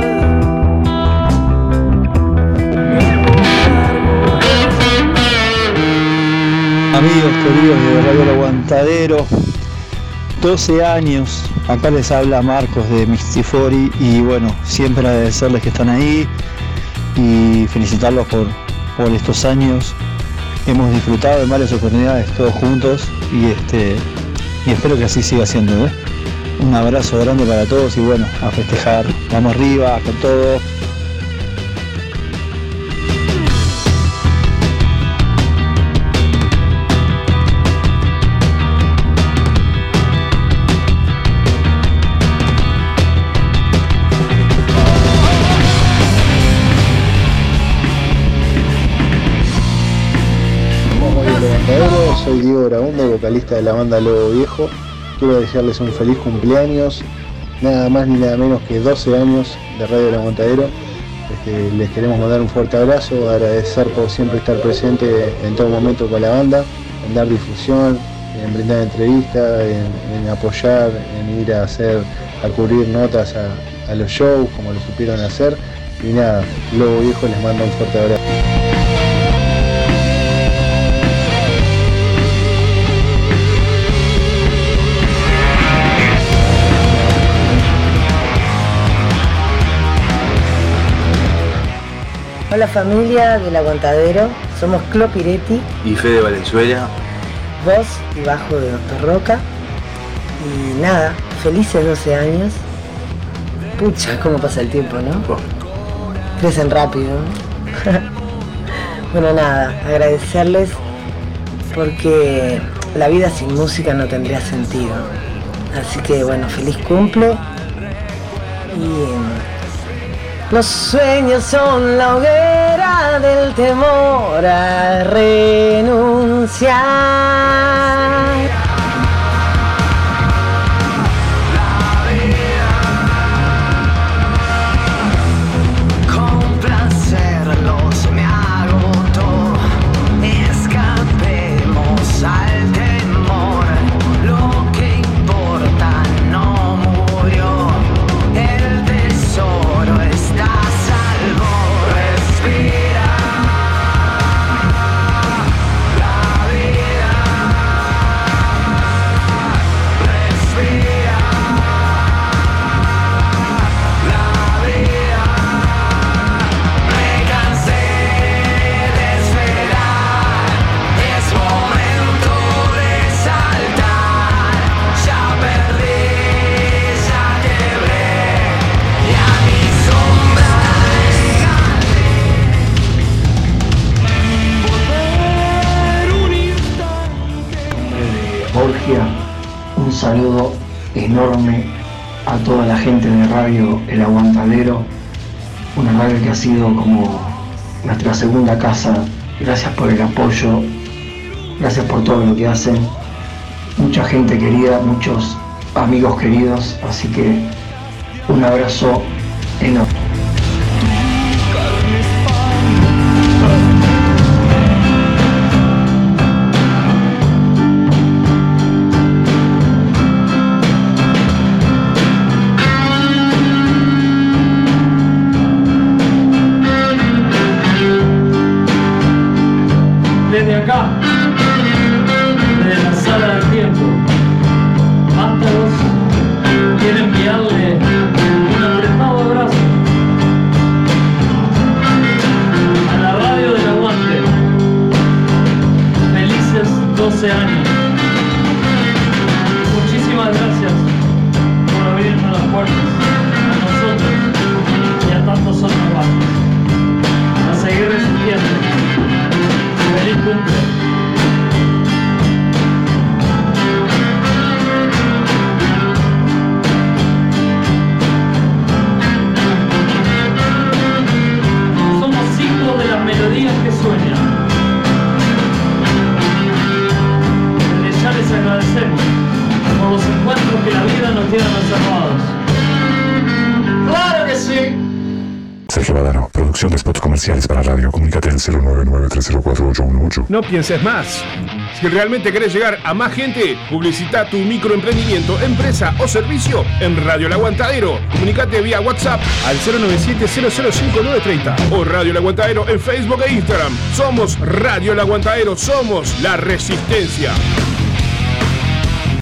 amigos queridos de Radio El Aguantadero, doce años, acá les habla Marcos de Mixtifori y bueno, siempre agradecerles que están ahí y felicitarlos por, por estos años. Hemos disfrutado en varias oportunidades todos juntos y este y espero que así siga siendo, ¿eh? Un abrazo grande para todos y bueno, a festejar, vamos arriba con todo. Soy Diego Graunda, vocalista de la banda Lobo Viejo. Quiero desearles un feliz cumpleaños, nada más ni nada menos que doce años de Radio El Aguantadero. Este, les queremos mandar un fuerte abrazo, agradecer por siempre estar presente en todo momento con la banda, en dar difusión, en brindar entrevistas, en, en apoyar, en ir a hacer, a cubrir notas a, a los shows como lo supieron hacer. Y nada, Lobo Viejo les manda un fuerte abrazo. Hola familia del Aguantadero, somos Clo Piretti y Fede Valenzuela, voz y bajo de Doctor Roca. Y nada, felices doce años. Pucha, cómo pasa el tiempo, ¿no? Oh. Crecen rápido. Bueno, nada, agradecerles porque la vida sin música no tendría sentido. Así que bueno, feliz cumple. Y los sueños son la hoguera del temor a renunciar. Con placerlos me agotó. saludo enorme a toda la gente de Radio El Aguantadero, una radio que ha sido como nuestra segunda casa. Gracias por el apoyo, gracias por todo lo que hacen. Mucha gente querida, muchos amigos queridos, así que un abrazo enorme. Desde acá, desde la sala del tiempo, Vástagos quiere enviarle un apretado abrazo a la radio del aguante. Felices doce años. Muchísimas gracias por abrirnos las puertas a nosotros y a tantos otros barrios. A seguir resistiendo. ¡Feliz cumple! Somos hijos de las melodías que sueñan. Desde ya les agradecemos por los encuentros que la vida nos tiene reservados. ¡Claro que sí! Sergio Badano, producción de spots comerciales para radio. Comunícate al cero nueve nueve tres cero cuatro ocho uno ocho. No pienses más. Si realmente querés llegar a más gente, publicita tu microemprendimiento, empresa o servicio en Radio El Aguantadero. Comunicate vía WhatsApp al cero nueve siete cero cero cinco nueve tres cero o Radio El Aguantadero en Facebook e Instagram. Somos Radio El Aguantadero, somos la resistencia.